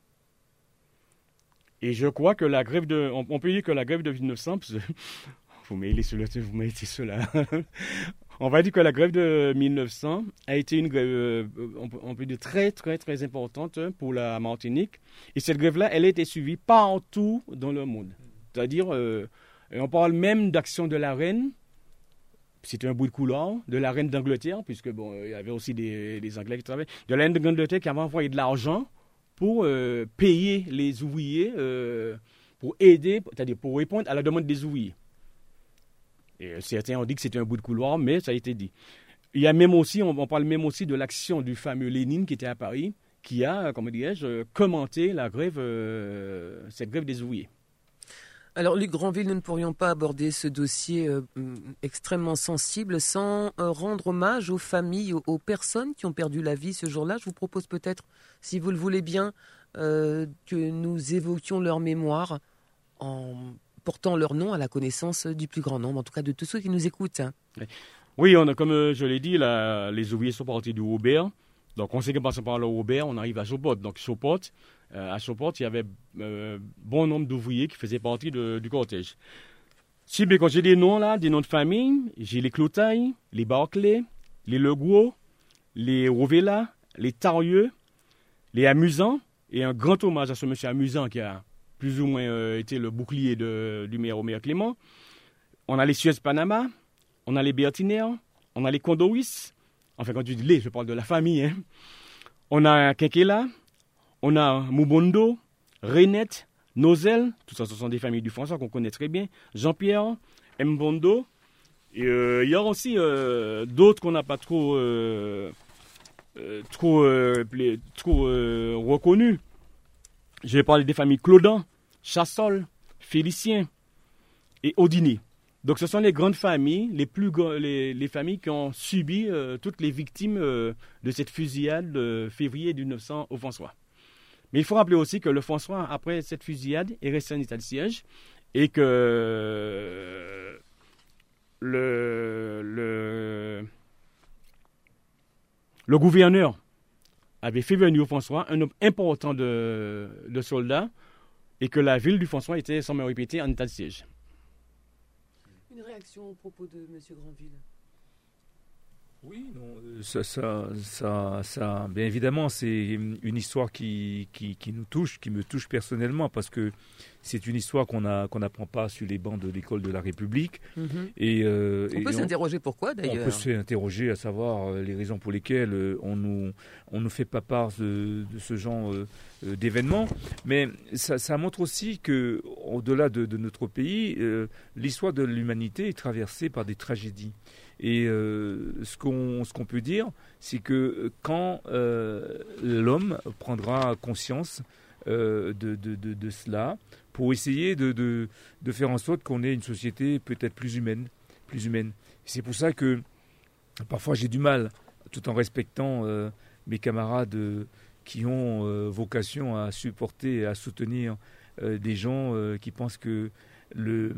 Et je crois que la grève on peut dire que la grève de 1900, vous mettez cela. On va dire que la grève de 1900 a été une grève, on peut dire très, très, très importante pour la Martinique. Et cette grève-là, elle a été suivie partout dans le monde. C'est-à-dire, on parle même d'action de la reine. C'était un bout de couloir de la reine d'Angleterre, puisque il y avait aussi des Anglais qui travaillaient. De la reine d'Angleterre qui avait envoyé de l'argent pour payer les ouvriers, pour aider, c'est-à-dire pour répondre à la demande des ouvriers. Et certains ont dit que c'était un bout de couloir, mais ça a été dit. Il y a même aussi, on parle même aussi de l'action du fameux Lénine qui était à Paris, qui a, commenté la grève, cette grève des ouvriers. Alors, Luc Granville, nous ne pourrions pas aborder ce dossier extrêmement sensible sans rendre hommage aux familles, aux personnes qui ont perdu la vie ce jour-là. Je vous propose peut-être, si vous le voulez bien, que nous évoquions leur mémoire en portant leur nom à la connaissance du plus grand nombre, en tout cas de tous ceux qui nous écoutent. Oui, comme je l'ai dit, les ouvriers sont partis du Robert. Donc, on sait qu'en passant par le Robert, on arrive à Sopot. Donc, à Sopot, il y avait bon nombre d'ouvriers qui faisaient partie du cortège. Quand j'ai des noms là, des noms de famille, j'ai les Clotaille, les Barclay, les Legros, les Rovella, les Tarieux, les Amusants, et un grand hommage à ce monsieur Amusant qui a plus ou moins été le bouclier du maire Omer Clément. On a les Suez Panama, on a les Bertinaires, on a les Condoris. Enfin, quand tu dis les, je parle de la famille. Hein. On a Kenkela, on a Mubondo, Renette, Nozel, tout ça, ce sont des familles du François qu'on connaît très bien. Jean-Pierre, Mbondo. Et il y a aussi d'autres qu'on n'a pas trop reconnus. Je vais parler des familles Claudan, Chassol, Félicien et Audiné. Donc ce sont les grandes familles, les familles qui ont subi toutes les victimes de cette fusillade de février 1900 au François. Mais il faut rappeler aussi que le François, après cette fusillade, est resté en état de siège et que le gouverneur avait fait venir au François un nombre important de soldats et que la ville du François était, sans me répéter, en état de siège. Une réaction au propos de M. Granville? Oui, non, ça, bien évidemment, c'est une histoire qui nous touche, qui me touche personnellement, parce que c'est une histoire qu'on n'apprend pas sur les bancs de l'école de la République. Mm-hmm. On peut s'interroger pourquoi, d'ailleurs. On peut s'interroger à savoir les raisons pour lesquelles on nous fait pas part de ce genre d'événements. Mais ça montre aussi que, au-delà de notre pays, l'histoire de l'humanité est traversée par des tragédies. Et ce qu'on peut dire, c'est que quand l'homme prendra conscience de cela, pour essayer de faire en sorte qu'on ait une société peut-être plus humaine. C'est pour ça que parfois j'ai du mal, tout en respectant mes camarades qui ont vocation à supporter et à soutenir des gens qui pensent que le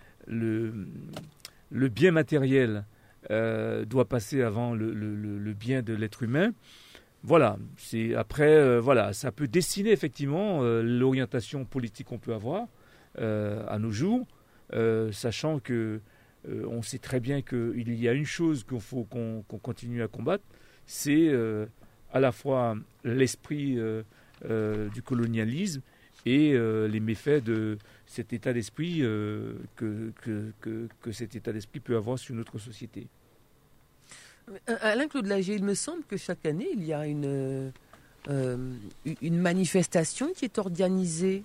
bien matériel doit passer avant le bien de l'être humain. Voilà, ça peut dessiner effectivement l'orientation politique qu'on peut avoir à nos jours, sachant que on sait très bien qu'il y a une chose qu'il faut qu'on continue à combattre, c'est à la fois l'esprit du colonialisme et les méfaits de cet état d'esprit que cet état d'esprit peut avoir sur notre société. Alain-Claude Lagier, il me semble que chaque année, il y a une manifestation qui est organisée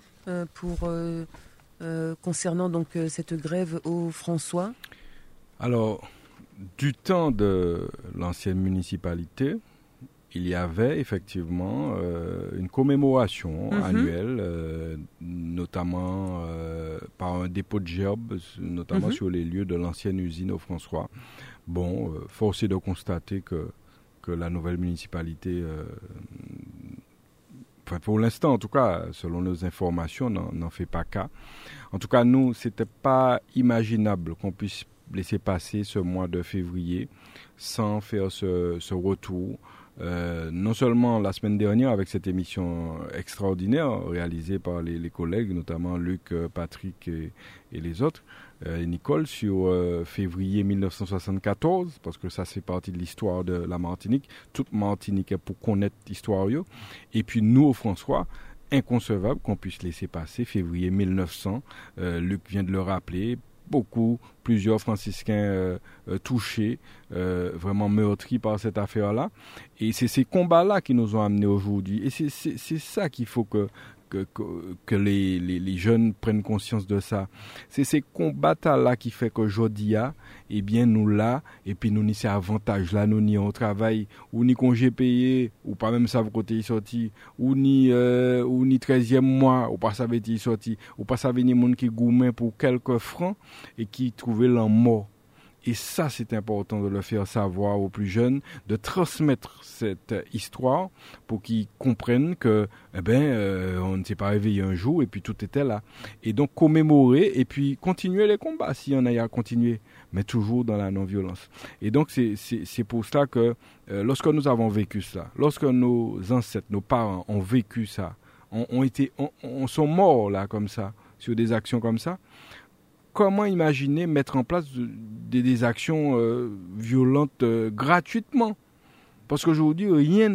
concernant donc cette grève au François. Alors, du temps de l'ancienne municipalité, il y avait effectivement une commémoration annuelle, notamment par un dépôt de gerbes, notamment sur les lieux de l'ancienne usine au François. Bon, force est de constater que la nouvelle municipalité, pour l'instant en tout cas, selon nos informations, n'en fait pas cas. En tout cas, nous, c'était pas imaginable qu'on puisse laisser passer ce mois de février sans faire ce retour. Non seulement la semaine dernière avec cette émission extraordinaire réalisée par les collègues, notamment Luc, Patrick et les autres, et Nicole, sur février 1974, parce que ça c'est partie de l'histoire de la Martinique. Toute Martinique est pour connaître l'histoire. Et puis nous au François, inconcevable qu'on puisse laisser passer février 1900. Luc vient de le rappeler. Plusieurs franciscains touchés, vraiment meurtris par cette affaire-là. Et c'est ces combats-là qui nous ont amenés aujourd'hui. Et c'est ça qu'il faut que les jeunes prennent conscience de ça. C'est ces combats-là qui fait qu'aujourd'hui, eh bien, nous là, et puis nous n'y ces avantages-là, nous n'y on travaille, ou ni congé payé, ou pas même ça, côté y sorti, ou ni 13e mois, ou pas ça veut y sorti, ou pas ça veut ni monde qui gourmet pour quelques francs, et qui trouvait l'en mort. Et ça, c'est important de le faire savoir aux plus jeunes, de transmettre cette histoire pour qu'ils comprennent que, on ne s'est pas réveillé un jour et puis tout était là. Et donc commémorer et puis continuer les combats s'il y en a à continuer, mais toujours dans la non-violence. Et donc c'est pour cela que lorsque nous avons vécu cela, lorsque nos ancêtres, nos parents ont vécu ça, on sont morts là comme ça, sur des actions comme ça. Comment imaginer mettre en place des actions violentes gratuitement? Parce qu'aujourd'hui, rien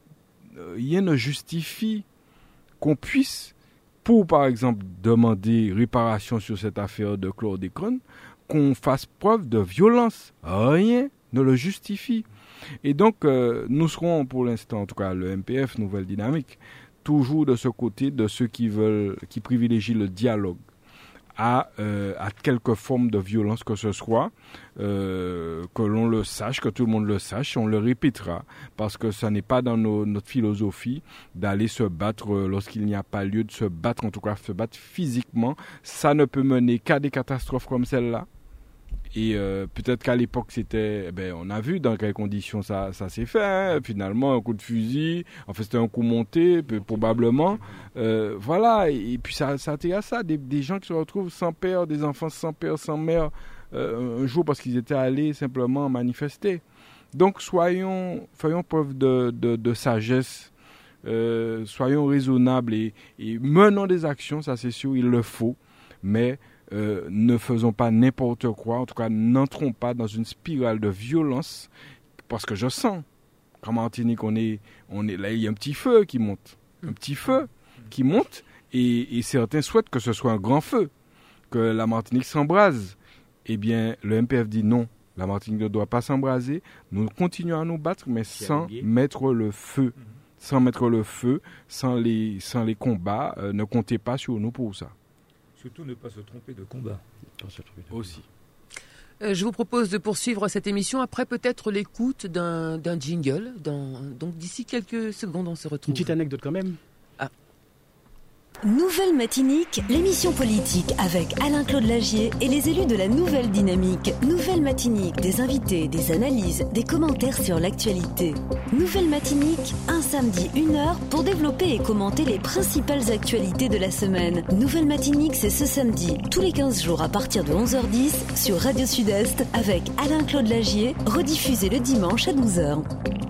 ne justifie qu'on puisse, pour par exemple demander réparation sur cette affaire de chlordécone, qu'on fasse preuve de violence. Rien ne le justifie. Et donc, nous serons pour l'instant, en tout cas le MPF, Nouvelle Dynamique, toujours de ce côté de ceux qui privilégient le dialogue à quelque forme de violence que ce soit, que l'on le sache, que tout le monde le sache, on le répétera, parce que ça n'est pas dans notre philosophie d'aller se battre lorsqu'il n'y a pas lieu de se battre, en tout cas se battre physiquement. Ça ne peut mener qu'à des catastrophes comme celle-là. Et peut-être qu'à l'époque, on a vu dans quelles conditions ça s'est fait. Hein. Finalement, un coup de fusil, en fait, c'était un coup monté, probablement. Voilà, et puis ça a été à ça. Des gens qui se retrouvent sans père, des enfants sans père, sans mère, un jour parce qu'ils étaient allés simplement manifester. Donc, soyons preuve de sagesse, soyons raisonnables et menons des actions, ça c'est sûr, il le faut, mais ne faisons pas n'importe quoi, en tout cas n'entrons pas dans une spirale de violence, parce que je sens qu'en Martinique on est là, il y a un petit feu qui monte, et certains souhaitent que ce soit un grand feu, que la Martinique s'embrase. Eh bien, le MPF dit non, la Martinique ne doit pas s'embraser, nous continuons à nous battre, mais sans mettre le feu. Sans les combats, ne comptez pas sur nous pour ça. Surtout ne pas se tromper de combat. Aussi. Je vous propose de poursuivre cette émission après peut-être l'écoute d'un jingle. Donc d'ici quelques secondes, on se retrouve. Une petite anecdote quand même. Nouvelle Matinique, l'émission politique avec Alain-Claude Lagier et les élus de la Nouvelle Dynamique. Nouvelle Matinique, des invités, des analyses, des commentaires sur l'actualité. Nouvelle Matinique, un samedi, 1h pour développer et commenter les principales actualités de la semaine. Nouvelle Matinique, c'est ce samedi, tous les 15 jours à partir de 11h10 sur Radio Sud-Est avec Alain-Claude Lagier, rediffusé le dimanche à 12h.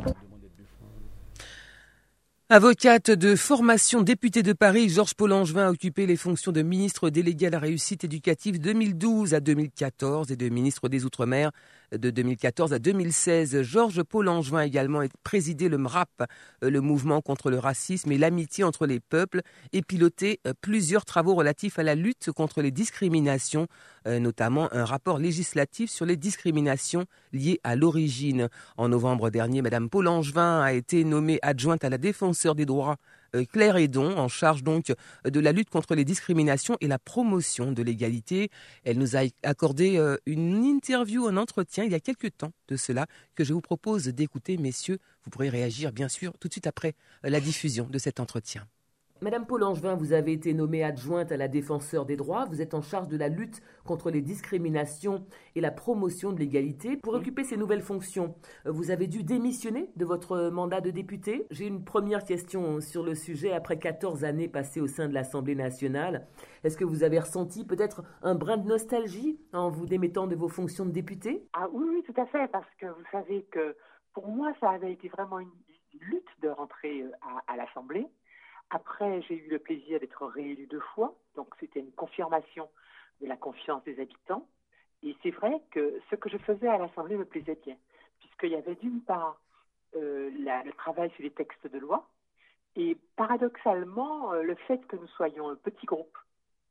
Avocate de formation, députée de Paris, Georges Paul-Angevin a occupé les fonctions de ministre délégué à la réussite éducative 2012 à 2014 et de ministre des Outre-mer de 2014 à 2016. Georges Paul-Langevin également a présidé le MRAP, le mouvement contre le racisme et l'amitié entre les peuples, et piloté plusieurs travaux relatifs à la lutte contre les discriminations, notamment un rapport législatif sur les discriminations liées à l'origine. En novembre dernier, Madame Paul-Langevin a été nommée adjointe à la défenseur des droits Claire Hédon, en charge donc de la lutte contre les discriminations et la promotion de l'égalité. Elle nous a accordé une interview, un entretien il y a quelques temps de cela que je vous propose d'écouter, messieurs. Vous pourrez réagir bien sûr tout de suite après la diffusion de cet entretien. Madame Paul-Langevin, vous avez été nommée adjointe à la défenseur des droits. Vous êtes en charge de la lutte contre les discriminations et la promotion de l'égalité. Pour occuper ces nouvelles fonctions, vous avez dû démissionner de votre mandat de député. J'ai une première question sur le sujet. Après 14 années passées au sein de l'Assemblée nationale, est-ce que vous avez ressenti peut-être un brin de nostalgie en vous démettant de vos fonctions de député? Ah oui, tout à fait, parce que vous savez que pour moi, ça avait été vraiment une lutte de rentrer à l'Assemblée. Après, j'ai eu le plaisir d'être réélu 2 fois, donc c'était une confirmation de la confiance des habitants. Et c'est vrai que ce que je faisais à l'Assemblée me plaisait bien, puisqu'il y avait d'une part le travail sur les textes de loi, et paradoxalement, le fait que nous soyons un petit groupe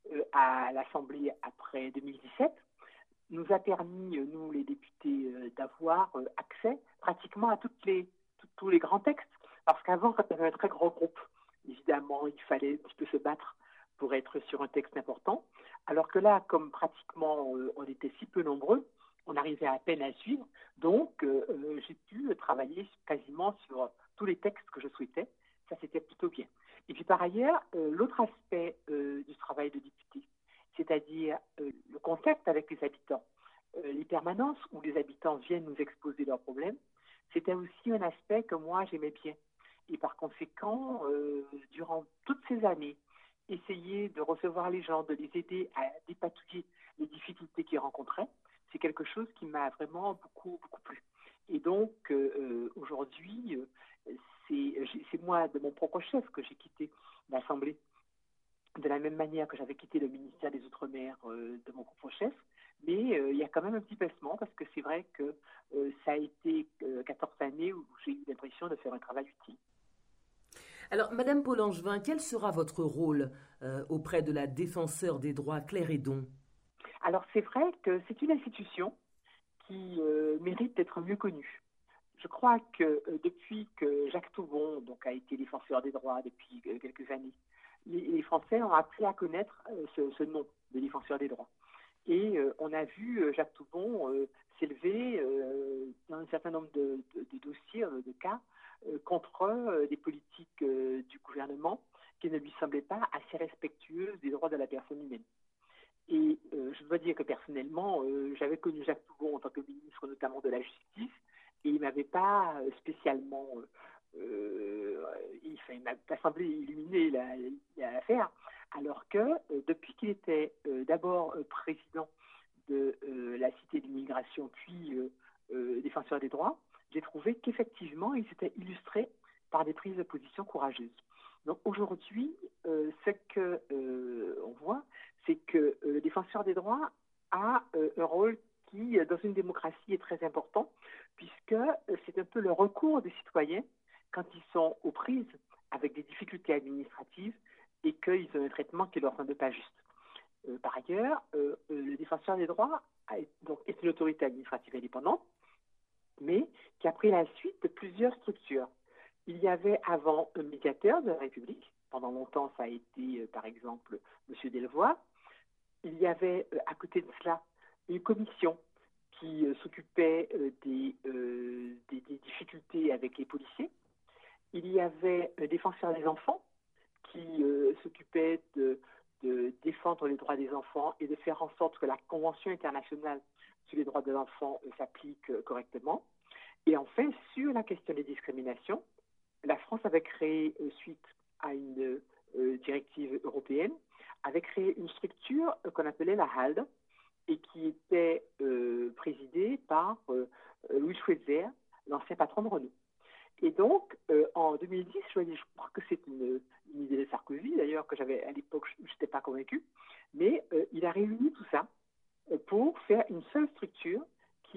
à l'Assemblée après 2017 nous a permis, nous les députés, d'avoir accès pratiquement à tous les grands textes, parce qu'avant, quand il y avait un très gros groupe, évidemment, il fallait un petit peu se battre pour être sur un texte important. Alors que là, comme pratiquement on était si peu nombreux, on arrivait à peine à suivre. Donc, j'ai pu travailler quasiment sur tous les textes que je souhaitais. Ça, c'était plutôt bien. Et puis, par ailleurs, l'autre aspect du travail de député, c'est-à-dire le contact avec les habitants, les permanences où les habitants viennent nous exposer leurs problèmes, c'était aussi un aspect que moi, j'aimais bien. Et par conséquent, durant toutes ces années, essayer de recevoir les gens, de les aider à dépatouiller les difficultés qu'ils rencontraient, c'est quelque chose qui m'a vraiment beaucoup, beaucoup plu. Et donc, aujourd'hui, c'est moi, de mon propre chef, que j'ai quitté l'Assemblée, de la même manière que j'avais quitté le ministère des Outre-mer de mon propre chef. Mais il y a quand même un petit pincement, parce que c'est vrai que ça a été 14 années où j'ai eu l'impression de faire un travail utile. Alors, Madame Paul-Langevin, quel sera votre rôle auprès de la défenseur des droits Claire Hédon? Alors, c'est vrai que c'est une institution qui mérite d'être mieux connue. Je crois que depuis que Jacques Toubon a été défenseur des droits depuis quelques années, les Français ont appris à connaître ce nom de défenseur des droits. Et on a vu Jacques Toubon s'élever dans un certain nombre de dossiers, de cas, contre des politiques du gouvernement qui ne lui semblaient pas assez respectueuses des droits de la personne humaine. Et je dois dire que personnellement, j'avais connu Jacques Toubon en tant que ministre notamment de la Justice, et il ne m'avait pas spécialement... il m'a pas semblé illuminer l'affaire, alors que depuis qu'il était d'abord président de la Cité de l'immigration, puis défenseur des droits, j'ai trouvé qu'effectivement, il s'était illustré par des prises de position courageuses. Donc aujourd'hui, ce qu'on voit, c'est que le défenseur des droits a un rôle qui, dans une démocratie, est très important, puisque c'est un peu le recours des citoyens quand ils sont aux prises avec des difficultés administratives et qu'ils ont un traitement qui leur semble pas juste. Par ailleurs, le défenseur des droits est une autorité administrative indépendante, mais qui a pris la suite de plusieurs structures. Il y avait avant un médiateur de la République. Pendant longtemps, ça a été, par exemple, M. Delvoye. Il y avait, à côté de cela, une commission qui s'occupait des difficultés avec les policiers. Il y avait un défenseur des enfants qui s'occupait de défendre les droits des enfants et de faire en sorte que la Convention internationale sur les droits de l'enfant s'applique correctement. Et enfin, sur la question des discriminations, la France avait créé, suite à une directive européenne, avait créé une structure qu'on appelait la HALD et qui était présidée par Louis Schweitzer, l'ancien patron de Renault. Et donc, en 2010, je crois que c'est une idée de Sarkozy, d'ailleurs, que j'avais à l'époque, je n'étais pas convaincue, mais il a réuni tout ça pour faire une seule structure qui était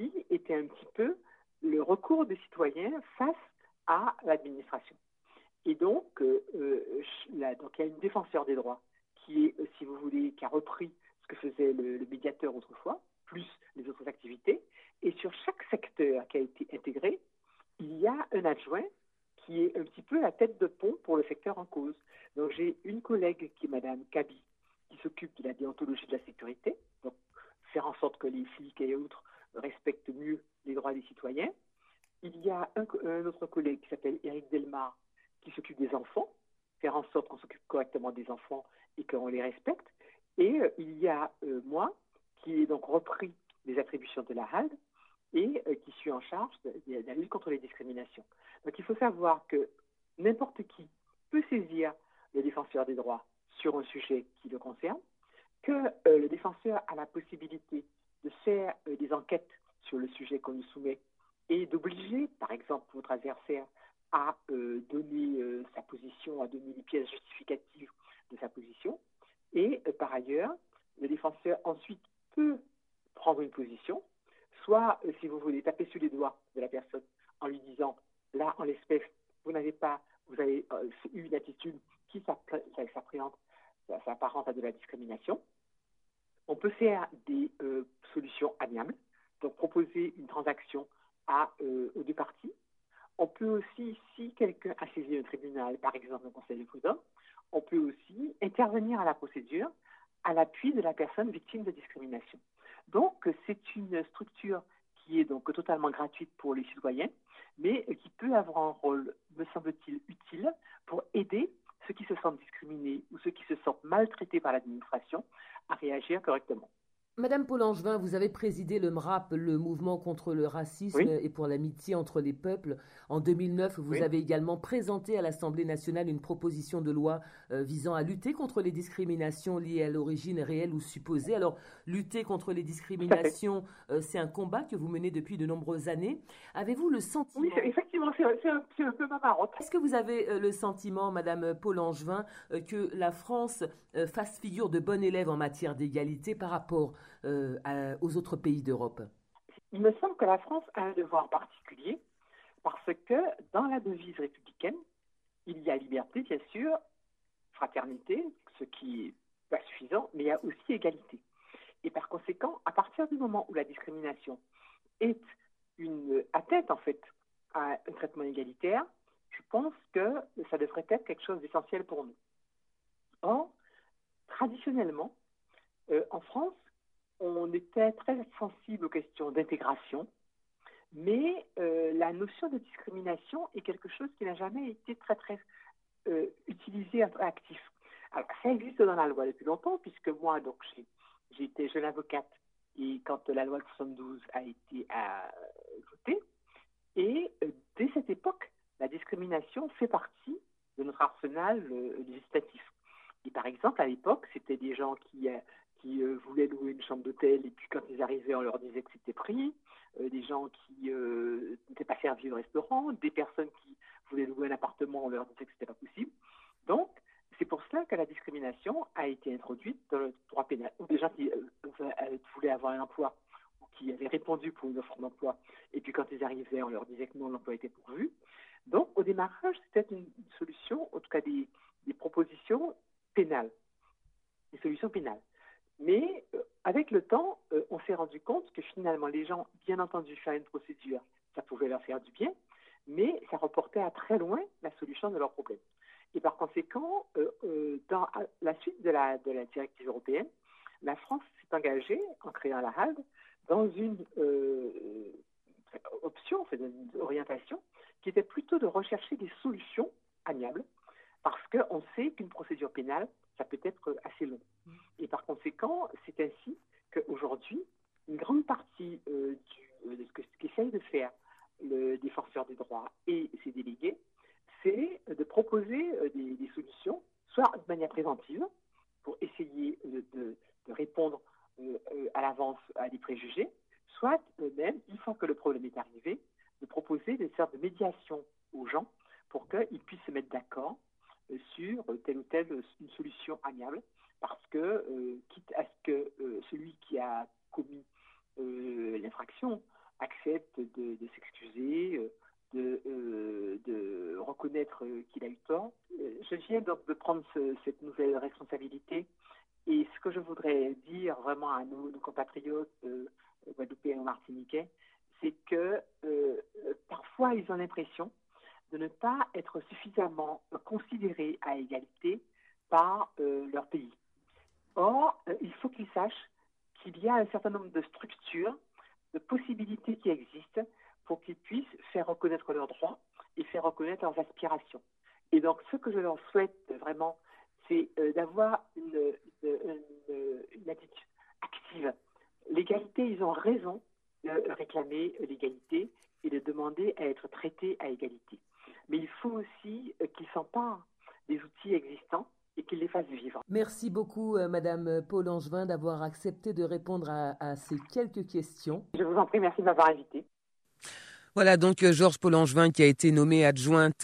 c'était un petit peu le recours des citoyens face à l'administration. Et donc, donc il y a une défenseur des droits qui est, si vous voulez, qui a repris ce que faisait le médiateur autrefois, plus les autres activités. Et sur chaque secteur qui a été intégré, il y a un adjoint qui est un petit peu la tête de pont pour le secteur en cause. Donc j'ai une collègue qui est Madame Kaby, qui s'occupe de la déontologie de la sécurité, donc faire en sorte que les flics et autres respectent mieux les droits des citoyens. Il y a un autre collègue qui s'appelle Éric Delmar, qui s'occupe des enfants, faire en sorte qu'on s'occupe correctement des enfants et qu'on les respecte. Et il y a moi, qui ai donc repris les attributions de la HALD et qui suis en charge de la lutte contre les discriminations. Donc il faut savoir que n'importe qui peut saisir le défenseur des droits sur un sujet qui le concerne, que le défenseur a la possibilité de faire des enquêtes sur le sujet qu'on lui soumet et d'obliger, par exemple, votre adversaire à donner sa position, à donner les pièces justificatives de sa position. Et par ailleurs, le défenseur ensuite peut prendre une position, soit, si vous voulez, taper sur les doigts de la personne en lui disant, là, en l'espèce, vous avez eu une attitude qui s'apparente à de la discrimination. On peut faire des solutions amiables, donc proposer une transaction aux deux parties. On peut aussi, si quelqu'un a saisi un tribunal, par exemple un conseil de prud'homme, on peut aussi intervenir à la procédure à l'appui de la personne victime de discrimination. Donc, c'est une structure qui est donc totalement gratuite pour les citoyens, mais qui peut avoir un rôle, me semble-t-il, utile pour aider ceux qui se sentent discriminés ou ceux qui se sentent maltraités par l'administration à réagir correctement. Madame Paul-Angevin, vous avez présidé le MRAP, le mouvement contre le racisme et pour l'amitié entre les peuples. En 2009, vous avez également présenté à l'Assemblée nationale une proposition de loi visant à lutter contre les discriminations liées à l'origine réelle ou supposée. Alors, lutter contre les discriminations, c'est un combat que vous menez depuis de nombreuses années. Avez-vous le sentiment... Oui, effectivement, c'est un peu ma marotte. Est-ce que vous avez le sentiment, Madame Paul-Angevin, que la France fasse figure de bonne élève en matière d'égalité par rapport aux autres pays d'Europe? Il me semble que la France a un devoir particulier parce que dans la devise républicaine, il y a liberté, bien sûr, fraternité, ce qui n'est pas suffisant, mais il y a aussi égalité. Et par conséquent, à partir du moment où la discrimination est une atteinte, en fait, à un traitement égalitaire, je pense que ça devrait être quelque chose d'essentiel pour nous. Or, traditionnellement, en France, on était très sensible aux questions d'intégration, mais la notion de discrimination est quelque chose qui n'a jamais été très utilisé, actif. Alors, ça existe dans la loi depuis longtemps, puisque moi, donc, j'ai été jeune avocate et quand la loi de 72 a été votée, et dès cette époque, la discrimination fait partie de notre arsenal législatif. Et par exemple, à l'époque, c'était des gens qui voulaient louer une chambre d'hôtel et puis quand ils arrivaient, on leur disait que c'était pris, des gens qui n'étaient pas servis au restaurant, des personnes qui voulaient louer un appartement, on leur disait que c'était pas possible. Donc, c'est pour cela que la discrimination a été introduite dans le droit pénal. Ou des gens qui voulaient avoir un emploi ou qui avaient répondu pour une offre d'emploi et puis quand ils arrivaient, on leur disait que non, l'emploi était pourvu. Donc, au démarrage, c'était une solution, en tout cas des propositions pénales, des solutions pénales. Mais avec le temps, on s'est rendu compte que finalement, les gens, bien entendu, faire une procédure, ça pouvait leur faire du bien, mais ça reportait à très loin la solution de leurs problèmes. Et par conséquent, dans la suite de la directive européenne, la France s'est engagée, en créant la HALD, dans une option, une orientation, qui était plutôt de rechercher des solutions amiables, parce qu'on sait qu'une procédure pénale, ça peut être assez long. Et par conséquent, c'est ainsi qu'aujourd'hui, une grande partie de ce qu'essaye de faire le défenseur des droits et ses délégués, c'est de proposer des solutions, soit de manière préventive, pour essayer de répondre à l'avance à des préjugés, soit même, une fois que le problème est arrivé, de proposer des sortes de médiation aux gens pour qu'ils puissent se mettre d'accord sur telle ou telle une solution amiable, parce que, quitte à ce que celui qui a commis l'infraction accepte de s'excuser, de reconnaître qu'il a eu tort. Je viens donc de prendre cette nouvelle responsabilité. Et ce que je voudrais dire vraiment à nos compatriotes guadeloupéens et martiniquais, c'est que parfois ils ont l'impression de ne pas être suffisamment considérés à égalité par leur pays. Or, il faut qu'ils sachent qu'il y a un certain nombre de structures, de possibilités qui existent pour qu'ils puissent faire reconnaître leurs droits et faire reconnaître leurs aspirations. Et donc, ce que je leur souhaite vraiment, c'est d'avoir une attitude active. L'égalité, ils ont raison de réclamer l'égalité et de demander à être traités à égalité. Mais il faut aussi qu'ils s'emparent des outils existants et qu'ils les fassent vivre. Merci beaucoup, Madame Paul Angevin, d'avoir accepté de répondre à ces quelques questions. Je vous en prie, merci de m'avoir invité. Voilà donc Georges Paul Angevin qui a été nommée adjointe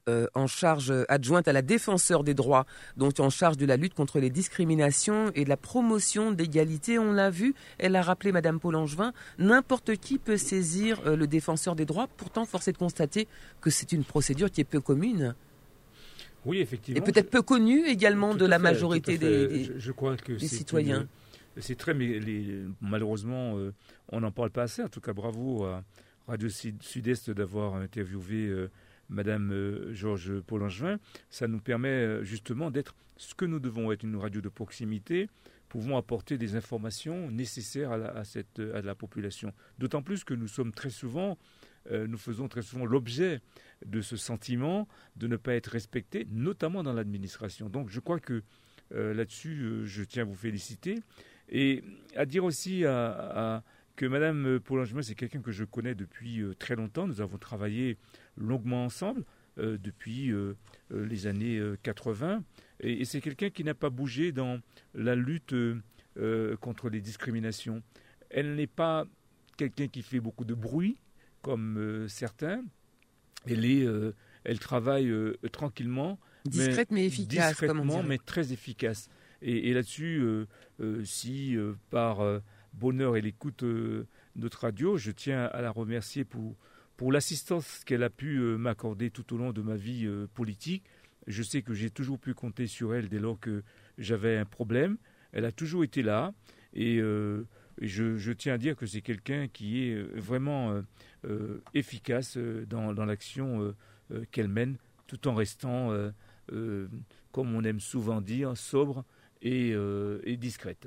à la défenseur des droits, donc en charge de la lutte contre les discriminations et de la promotion d'égalité. On l'a vu, elle a rappelé Madame Paul Angevin, n'importe qui peut saisir le défenseur des droits. Pourtant, force est de constater que c'est une procédure qui est peu commune. Oui, effectivement. Et peut-être peu connue également de la majorité je crois que des citoyens. C'est très, mais malheureusement, on n'en parle pas assez. En tout cas, bravo à Radio Sud-Est d'avoir interviewé Madame Georges Paul Angevin. Ça nous permet justement d'être ce que nous devons être, une radio de proximité, pouvons apporter des informations nécessaires à la population. D'autant plus que nous faisons très souvent l'objet de ce sentiment de ne pas être respecté, notamment dans l'administration. Donc je crois que là-dessus, je tiens à vous féliciter. Et à dire aussi que Madame Paul Angevin, c'est quelqu'un que je connais depuis très longtemps. Nous avons travaillé longuement ensemble depuis les années 80. Et c'est quelqu'un qui n'a pas bougé dans la lutte contre les discriminations. Elle n'est pas quelqu'un qui fait beaucoup de bruit, comme certains. Elle travaille tranquillement. Discrète mais efficace. Discrètement, mais très efficace. Et là-dessus, si par bonheur elle écoute notre radio, je tiens à la remercier pour l'assistance qu'elle a pu m'accorder tout au long de ma vie politique. Je sais que j'ai toujours pu compter sur elle dès lors que j'avais un problème. Elle a toujours été là et je tiens à dire que c'est quelqu'un qui est vraiment efficace dans l'action qu'elle mène, tout en restant, comme on aime souvent dire, sobre et discrète.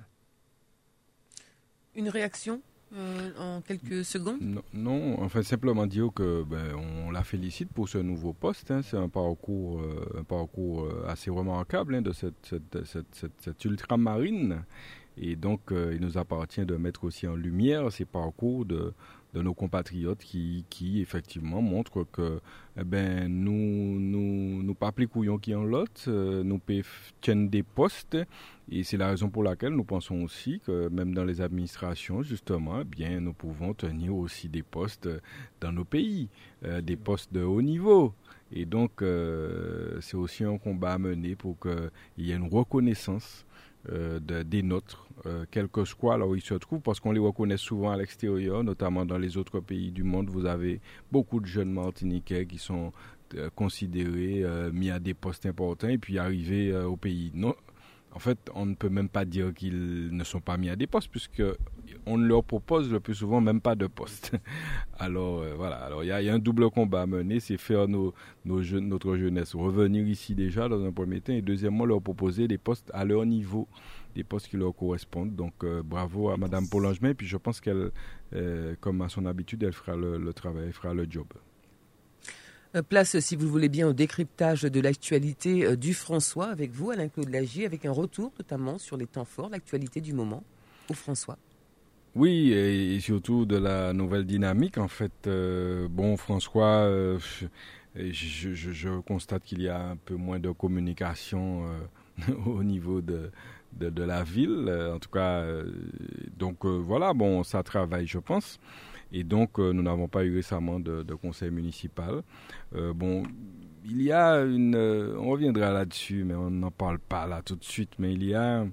Une réaction en quelques secondes? Non, enfin simplement dire que on la félicite pour ce nouveau poste. Hein. C'est un parcours assez remarquable de cette ultramarine. Et donc, il nous appartient de mettre aussi en lumière ces parcours de nos compatriotes qui effectivement montrent que nous pas plus couillons qui en l'autre, nous tiennent des postes. Et c'est la raison pour laquelle nous pensons aussi que même dans les administrations, justement, nous pouvons tenir aussi des postes dans nos pays, des postes de haut niveau. Et donc, c'est aussi un combat à mener pour qu'il y ait une reconnaissance des nôtres, quel que soit là où ils se trouvent, parce qu'on les reconnaît souvent à l'extérieur, notamment dans les autres pays du monde. Vous avez beaucoup de jeunes Martiniquais qui sont considérés, mis à des postes importants et puis arrivés au pays. Non, en fait, on ne peut même pas dire qu'ils ne sont pas mis à des postes, puisqu'on ne leur propose le plus souvent même pas de poste. Alors voilà, alors il y a un double combat à mener, c'est faire notre jeunesse revenir ici déjà dans un premier temps, et deuxièmement leur proposer des postes à leur niveau, des postes qui leur correspondent. Donc bravo à Madame Paul Angevin, et puis je pense qu'elle, comme à son habitude, elle fera le travail, elle fera le job. Place, si vous le voulez bien, au décryptage de l'actualité du François avec vous, Alain-Claude Lagier, avec un retour notamment sur les temps forts, l'actualité du moment au François. Oui, et surtout de la nouvelle dynamique. En fait, François, je constate qu'il y a un peu moins de communication au niveau de la ville. En tout cas, ça travaille, je pense. Et donc, nous n'avons pas eu récemment de conseil municipal. Il y a on reviendra là-dessus, mais on n'en parle pas là tout de suite, mais il y a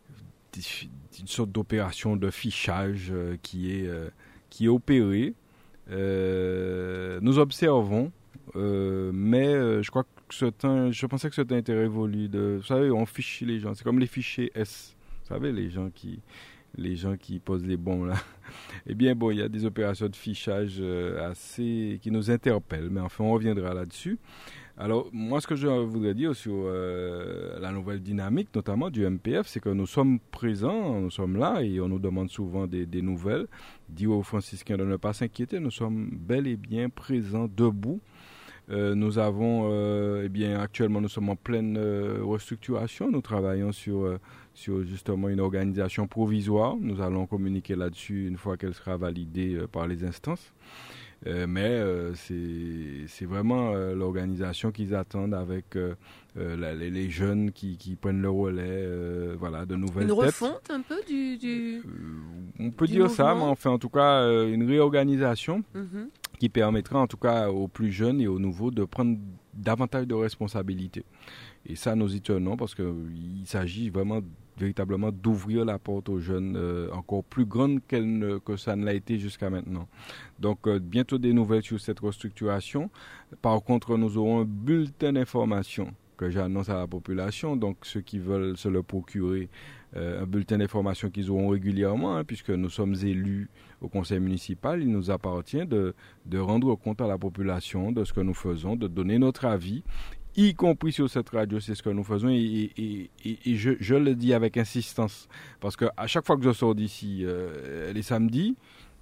une sorte d'opération de fichage qui est opérée Nous observons, mais je crois que je pensais que ce temps était révolu. Vous savez, on fiche les gens. C'est comme les fichiers S. Vous savez, les gens qui posent les bons là. Eh bien, bon, il y a des opérations de fichage qui nous interpellent, mais enfin, on reviendra là-dessus. Alors, moi, ce que je voudrais dire sur la nouvelle dynamique, notamment du MPF, c'est que nous sommes présents, nous sommes là, et on nous demande souvent des nouvelles. Dit aux franciscains de ne pas s'inquiéter, nous sommes bel et bien présents, debout. Nous avons, actuellement, nous sommes en pleine restructuration. Nous travaillons sur justement une organisation provisoire. Nous allons communiquer là-dessus une fois qu'elle sera validée par les instances. Mais c'est vraiment l'organisation qu'ils attendent avec les jeunes qui prennent le relais, de nouvelles têtes. Une refonte un peu on peut dire mouvement. Ça, mais enfin en tout cas une réorganisation. Mhm. Qui permettra en tout cas aux plus jeunes et aux nouveaux de prendre davantage de responsabilités. Et ça, nous y tenons parce qu'il s'agit véritablement d'ouvrir la porte aux jeunes encore plus grande que ça ne l'a été jusqu'à maintenant. Donc, bientôt des nouvelles sur cette restructuration. Par contre, nous aurons un bulletin d'information que j'annonce à la population. Donc, ceux qui veulent se le procurer, un bulletin d'information qu'ils auront régulièrement, puisque nous sommes élus au conseil municipal, il nous appartient de rendre compte à la population de ce que nous faisons, de donner notre avis, y compris sur cette radio, c'est ce que nous faisons, et je le dis avec insistance, parce qu'à chaque fois que je sors d'ici, les samedis,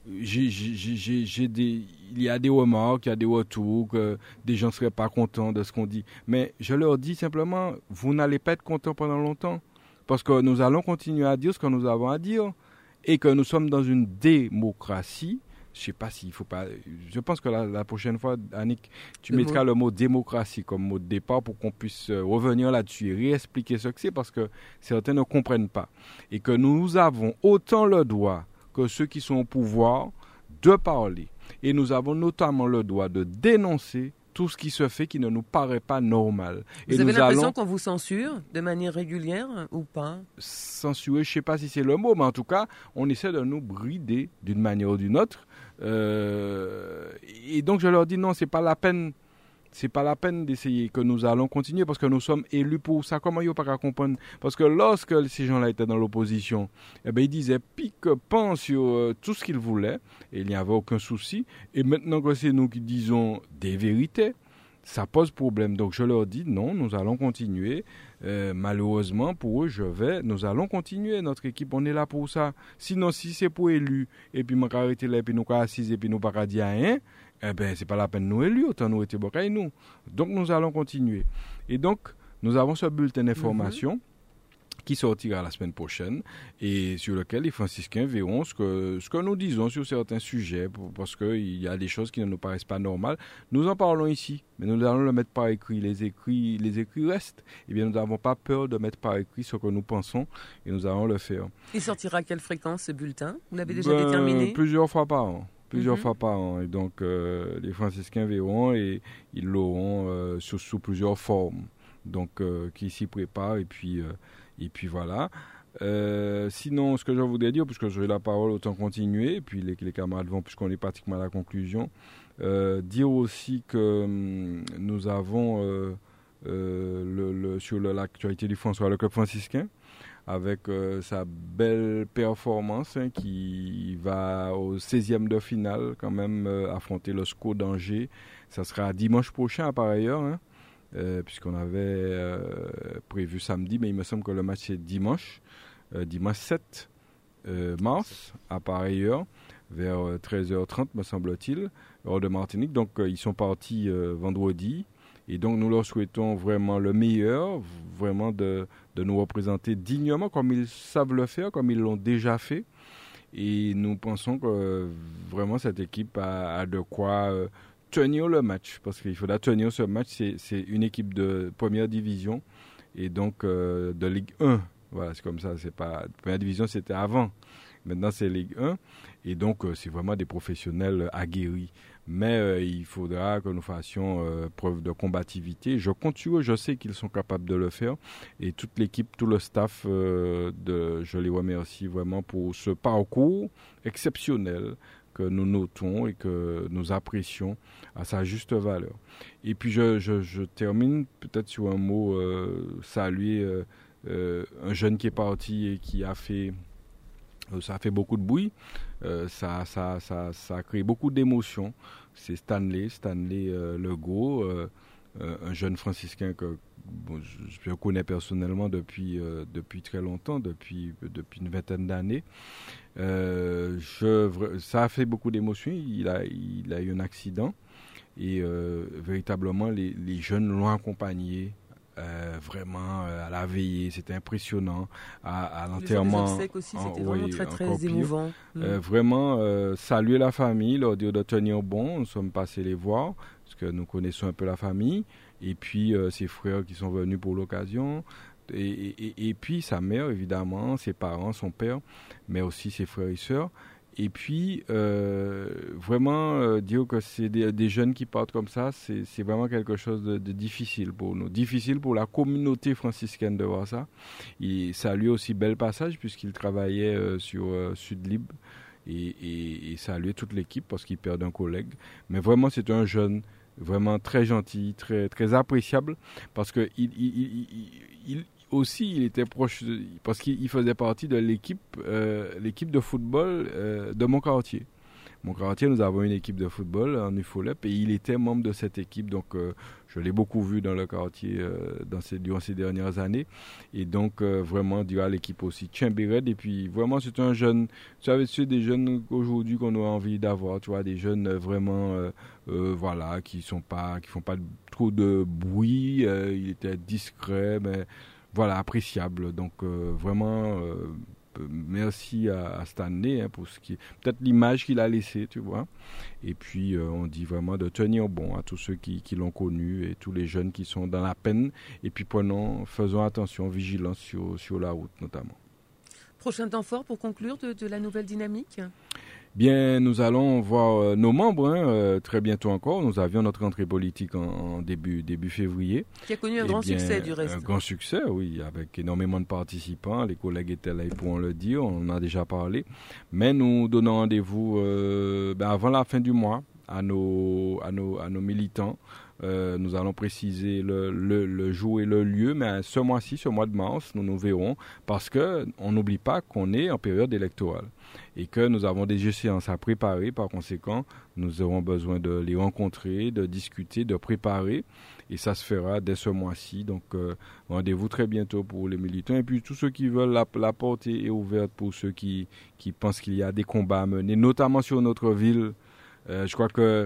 il y a des remarques, il y a des retours, que des gens ne seraient pas contents de ce qu'on dit. Mais je leur dis simplement, vous n'allez pas être contents pendant longtemps, parce que nous allons continuer à dire ce que nous avons à dire, et que nous sommes dans une démocratie. Je ne sais pas s'il faut pas... Je pense que la prochaine fois, Annick, tu mettras le mot démocratie comme mot de départ pour qu'on puisse revenir là-dessus et réexpliquer ce que c'est, parce que certains ne comprennent pas. Et que nous avons autant le droit que ceux qui sont au pouvoir de parler. Et nous avons notamment le droit de dénoncer tout ce qui se fait qui ne nous paraît pas normal. Vous avez l'impression qu'on vous censure de manière régulière ou pas? Censurer, je ne sais pas si c'est le mot, mais en tout cas, on essaie de nous brider d'une manière ou d'une autre. Et donc je leur dis non, c'est pas la peine d'essayer, que nous allons continuer parce que nous sommes élus pour ça. Comment ils pas comprendre? Parce que lorsque ces gens-là étaient dans l'opposition, ils disaient pique-pan sur tout ce qu'ils voulaient et il n'y avait aucun souci. Et maintenant que c'est nous qui disons des vérités, ça pose problème. Donc je leur dis non, nous allons continuer. Malheureusement pour eux, nous allons continuer. Notre équipe, on est là pour ça. Sinon, si c'est pour élus et puis m'en arrêter là et puis nous assis et puis nous pas dire rien, c'est pas la peine de nous élus, autant nous étions bocaille nous. Donc nous allons continuer. Et donc nous avons ce bulletin d'information qui sortira la semaine prochaine et sur lequel les franciscains verront ce que nous disons sur certains sujets, parce qu'il y a des choses qui ne nous paraissent pas normales. Nous en parlons ici, mais nous allons le mettre par écrit. Les écrits restent. Eh bien, nous n'avons pas peur de mettre par écrit ce que nous pensons et nous allons le faire. Il sortira à quelle fréquence ce bulletin? Vous l'avez déjà déterminé? Plusieurs fois par an. Fois par an. Et donc, les franciscains verront et ils l'auront sous plusieurs formes. Donc, qui s'y préparent et puis voilà. Sinon, ce que je voudrais dire, puisque j'ai la parole, autant continuer, et puis les camarades vont, puisqu'on est pratiquement à la conclusion, dire aussi que nous avons sur l'actualité du François, le club franciscain, avec sa belle performance qui va au 16e de finale quand même affronter le SCO d'Angers. Ça sera dimanche prochain par ailleurs, puisqu'on avait prévu samedi, mais il me semble que le match c'est dimanche 7 mars à pareille heure, vers 13h30 me semble-t-il, heure de Martinique. Donc ils sont partis vendredi. Et donc, nous leur souhaitons vraiment le meilleur, vraiment de nous représenter dignement, comme ils savent le faire, comme ils l'ont déjà fait. Et nous pensons que vraiment cette équipe a de quoi tenir le match, parce qu'il faudra tenir ce match. C'est une équipe de première division et donc de Ligue 1. Voilà, c'est comme ça. C'est pas première division, c'était avant. Maintenant, c'est Ligue 1. Et donc, c'est vraiment des professionnels aguerris. Mais il faudra que nous fassions preuve de combativité. Je compte sur eux, je sais qu'ils sont capables de le faire. Et toute l'équipe, tout le staff, je les remercie vraiment pour ce parcours exceptionnel que nous notons et que nous apprécions à sa juste valeur. Et puis je termine peut-être sur un mot, saluer un jeune qui est parti et qui a fait, ça a fait beaucoup de bruit, ça a créé beaucoup d'émotions. C'est Stanley Legault, un jeune franciscain que je connais personnellement depuis très longtemps, depuis une vingtaine d'années. Ça a fait beaucoup d'émotions. Il a eu un accident et véritablement les jeunes l'ont accompagné vraiment à la veillée. C'était impressionnant. À l'enterrement. Les obsèques aussi, c'était vraiment très émouvant. Vraiment saluer la famille, leur dire de tenir bon. Nous sommes passés les voir parce que nous connaissons un peu la famille. Et puis ses frères qui sont venus pour l'occasion. Et puis sa mère, évidemment, ses parents, son père, mais aussi ses frères et sœurs. Et puis, vraiment, dire que c'est des jeunes qui partent comme ça, c'est vraiment quelque chose de difficile pour nous. Difficile pour la communauté franciscaine de voir ça. Ça a lui aussi bel passage, puisqu'il travaillait sur Sud Libre. Et saluer toute l'équipe, parce qu'il perd un collègue. Mais vraiment, c'est un jeune vraiment très gentil, très appréciable, parce que il était proche, parce qu'il faisait partie de l'équipe de football de mon quartier. Mon quartier, nous avons une équipe de football en UFOLEP et il était membre de cette équipe. Donc, je l'ai beaucoup vu dans le quartier durant ces dernières années. Et donc, vraiment, dire à l'équipe aussi, tiens, Béred. Et puis, vraiment, c'est un jeune, tu savais, c'est des jeunes aujourd'hui qu'on a envie d'avoir, tu vois, des jeunes vraiment, voilà, qui font pas trop de bruit. Il était discret, mais voilà, appréciable. Donc, vraiment... merci à Stanley pour ce qui peut-être l'image qu'il a laissée, tu vois. Et puis on dit vraiment de tenir bon à tous ceux qui l'ont connu et tous les jeunes qui sont dans la peine. Et puis faisons attention, vigilance sur la route notamment. Prochain temps fort pour conclure de la nouvelle dynamique. Bien, nous allons voir nos membres très bientôt encore. Nous avions notre rentrée politique en début février. Qui a connu un grand succès du reste. Un grand succès, oui, avec énormément de participants. Les collègues étaient là, ils pourront le dire, on en a déjà parlé. Mais nous donnons rendez-vous avant la fin du mois à nos militants. Nous allons préciser le jour et le lieu, mais ce mois-ci, ce mois de mars, nous verrons, parce qu'on n'oublie pas qu'on est en période électorale et que nous avons des échéances à préparer. Par conséquent, nous aurons besoin de les rencontrer, de discuter, de préparer, et ça se fera dès ce mois-ci. Donc, rendez-vous très bientôt pour les militants. Et puis, tous ceux qui veulent, la porte est ouverte pour ceux qui pensent qu'il y a des combats à mener, notamment sur notre ville. Je crois que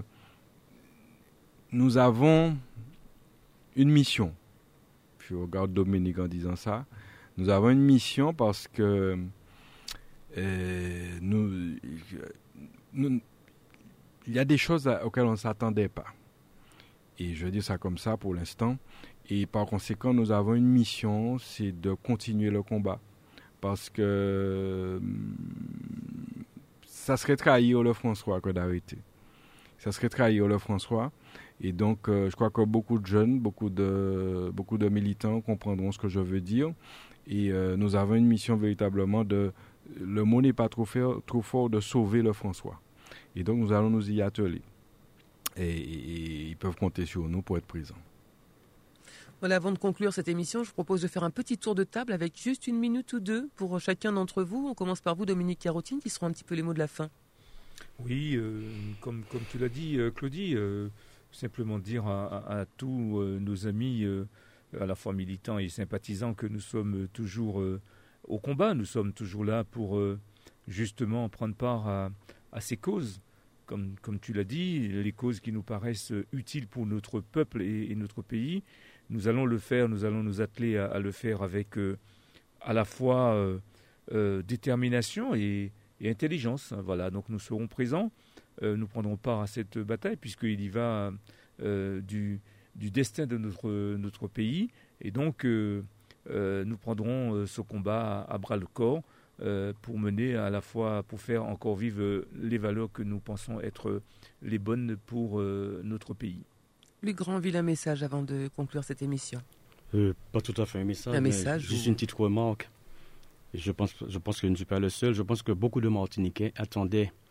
nous avons une mission. Je regarde Dominique en disant ça. Nous avons une mission parce que il y a des choses auxquelles on ne s'attendait pas. Et je dis ça comme ça pour l'instant. Et par conséquent, nous avons une mission, c'est de continuer le combat. Parce que ça serait trahir le François que d'arrêter. Ça serait trahir le François. Et donc, je crois que beaucoup de jeunes, beaucoup de militants comprendront ce que je veux dire. Et nous avons une mission véritablement le mot n'est pas trop fort de sauver le François. Et donc, nous allons nous y atteler. Et ils peuvent compter sur nous pour être présents. Voilà, avant de conclure cette émission, je vous propose de faire un petit tour de table avec juste 1 minute ou 2 pour chacun d'entre vous. On commence par vous, Dominique Carotine, qui seront un petit peu les mots de la fin. Oui, comme tu l'as dit, Claudie, simplement dire à tous nos amis, à la fois militants et sympathisants, que nous sommes toujours au combat. Nous sommes toujours là pour justement prendre part à ces causes. Comme tu l'as dit, les causes qui nous paraissent utiles pour notre peuple et notre pays. Nous allons le faire, nous allons nous atteler à le faire avec à la fois détermination et intelligence. Voilà, donc nous serons présents, nous prendrons part à cette bataille puisqu'il y va du destin de notre pays. Et donc, nous prendrons ce combat à bras le corps pour mener à la fois, pour faire encore vivre les valeurs que nous pensons être les bonnes pour notre pays. Luc Granville, un message avant de conclure cette émission. Pas tout à fait un message. Juste une petite remarque. Je pense que je ne suis pas le seul. Je pense que beaucoup de Martiniquais attendaient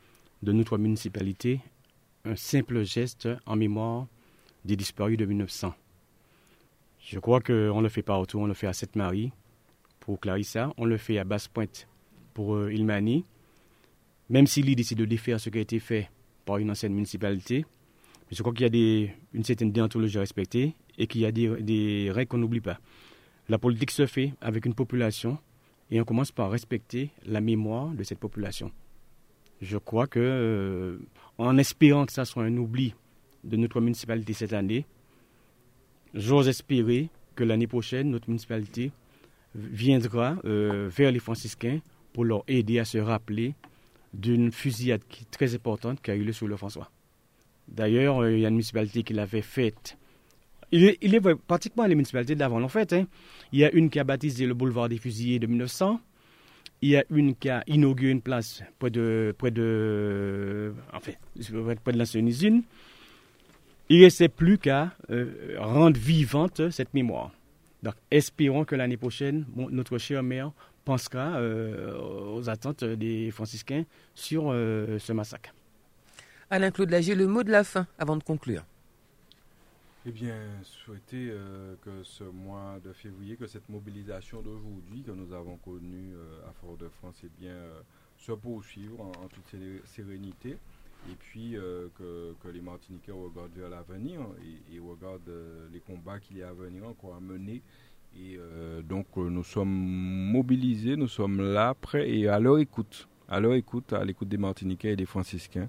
de notre municipalité un simple geste en mémoire des disparus de 1900. Je crois qu'on le fait partout. On le fait à Sainte-Marie pour Clarissa, on le fait à Basse-Pointe pour Ilmani. Même si l'idée c'est de défaire ce qui a été fait par une ancienne municipalité, je crois qu'il y a une certaine déontologie à respecter et qu'il y a des règles qu'on n'oublie pas. La politique se fait avec une population et on commence par respecter la mémoire de cette population. Je crois que, en espérant que ça soit un oubli de notre municipalité cette année, j'ose espérer que l'année prochaine, notre municipalité viendra vers les franciscains pour leur aider à se rappeler d'une fusillade très importante qui a eu lieu sur le François. D'ailleurs, il y a une municipalité qui l'avait faite. Il est pratiquement les municipalités d'avant l'ont fait. Il y a une qui a baptisé le boulevard des Fusillés de 1900. Il y a une qui a inauguré une place près de l'ancienne usine. Il ne restait plus qu'à rendre vivante cette mémoire. Donc, espérons que l'année prochaine, notre cher maire pensera aux attentes des franciscains sur ce massacre. Alain-Claude Lagier, le mot de la fin avant de conclure. Eh bien, souhaiter que ce mois de février, que cette mobilisation d'aujourd'hui que nous avons connue à Fort-de-France, se poursuive en toute sérénité. Et puis que les Martiniquais regardent vers l'avenir et regardent les combats qu'il y a à venir encore à mener. Et donc nous sommes mobilisés, nous sommes là, prêts et à leur écoute, à l'écoute des Martiniquais et des franciscains.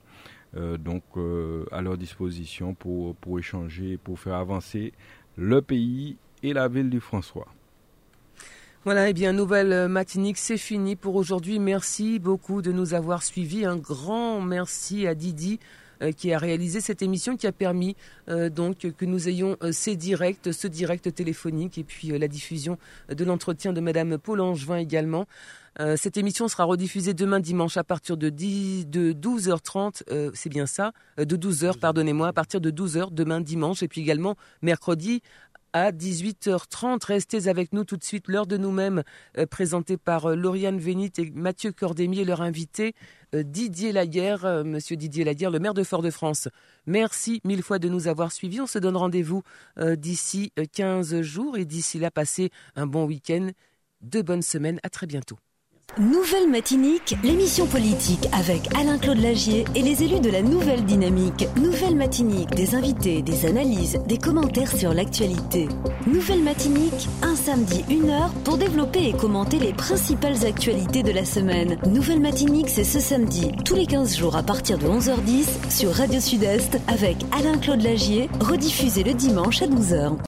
À leur disposition pour échanger, pour faire avancer le pays et la ville du François. Voilà, eh bien, Nouvelle Matinique, c'est fini pour aujourd'hui. Merci beaucoup de nous avoir suivis. Un grand merci à Didi qui a réalisé cette émission, qui a permis que nous ayons ce direct téléphonique et puis la diffusion de l'entretien de Madame Paul Angevin également. Cette émission sera rediffusée demain dimanche à partir de 12h30, c'est bien ça, de 12h, pardonnez-moi, à partir de 12h demain dimanche et puis également mercredi à 18h30. Restez avec nous tout de suite, l'heure de nous-mêmes, présentée par Lauriane Vénit et Mathieu Cordémier, leur invité, Didier Laguerre, monsieur Didier Laguerre, le maire de Fort-de-France. Merci mille fois de nous avoir suivis. On se donne rendez-vous d'ici 15 jours et d'ici là, passez un bon week-end, de bonnes semaines. À très bientôt. Nouvelle Matinique, l'émission politique avec Alain-Claude Lagier et les élus de la Nouvelle Dynamique. Nouvelle Matinique, des invités, des analyses, des commentaires sur l'actualité. Nouvelle Matinique, un samedi, 1h pour développer et commenter les principales actualités de la semaine. Nouvelle Matinique, c'est ce samedi, tous les 15 jours à partir de 11h10 sur Radio Sud-Est avec Alain-Claude Lagier, rediffusé le dimanche à 12h.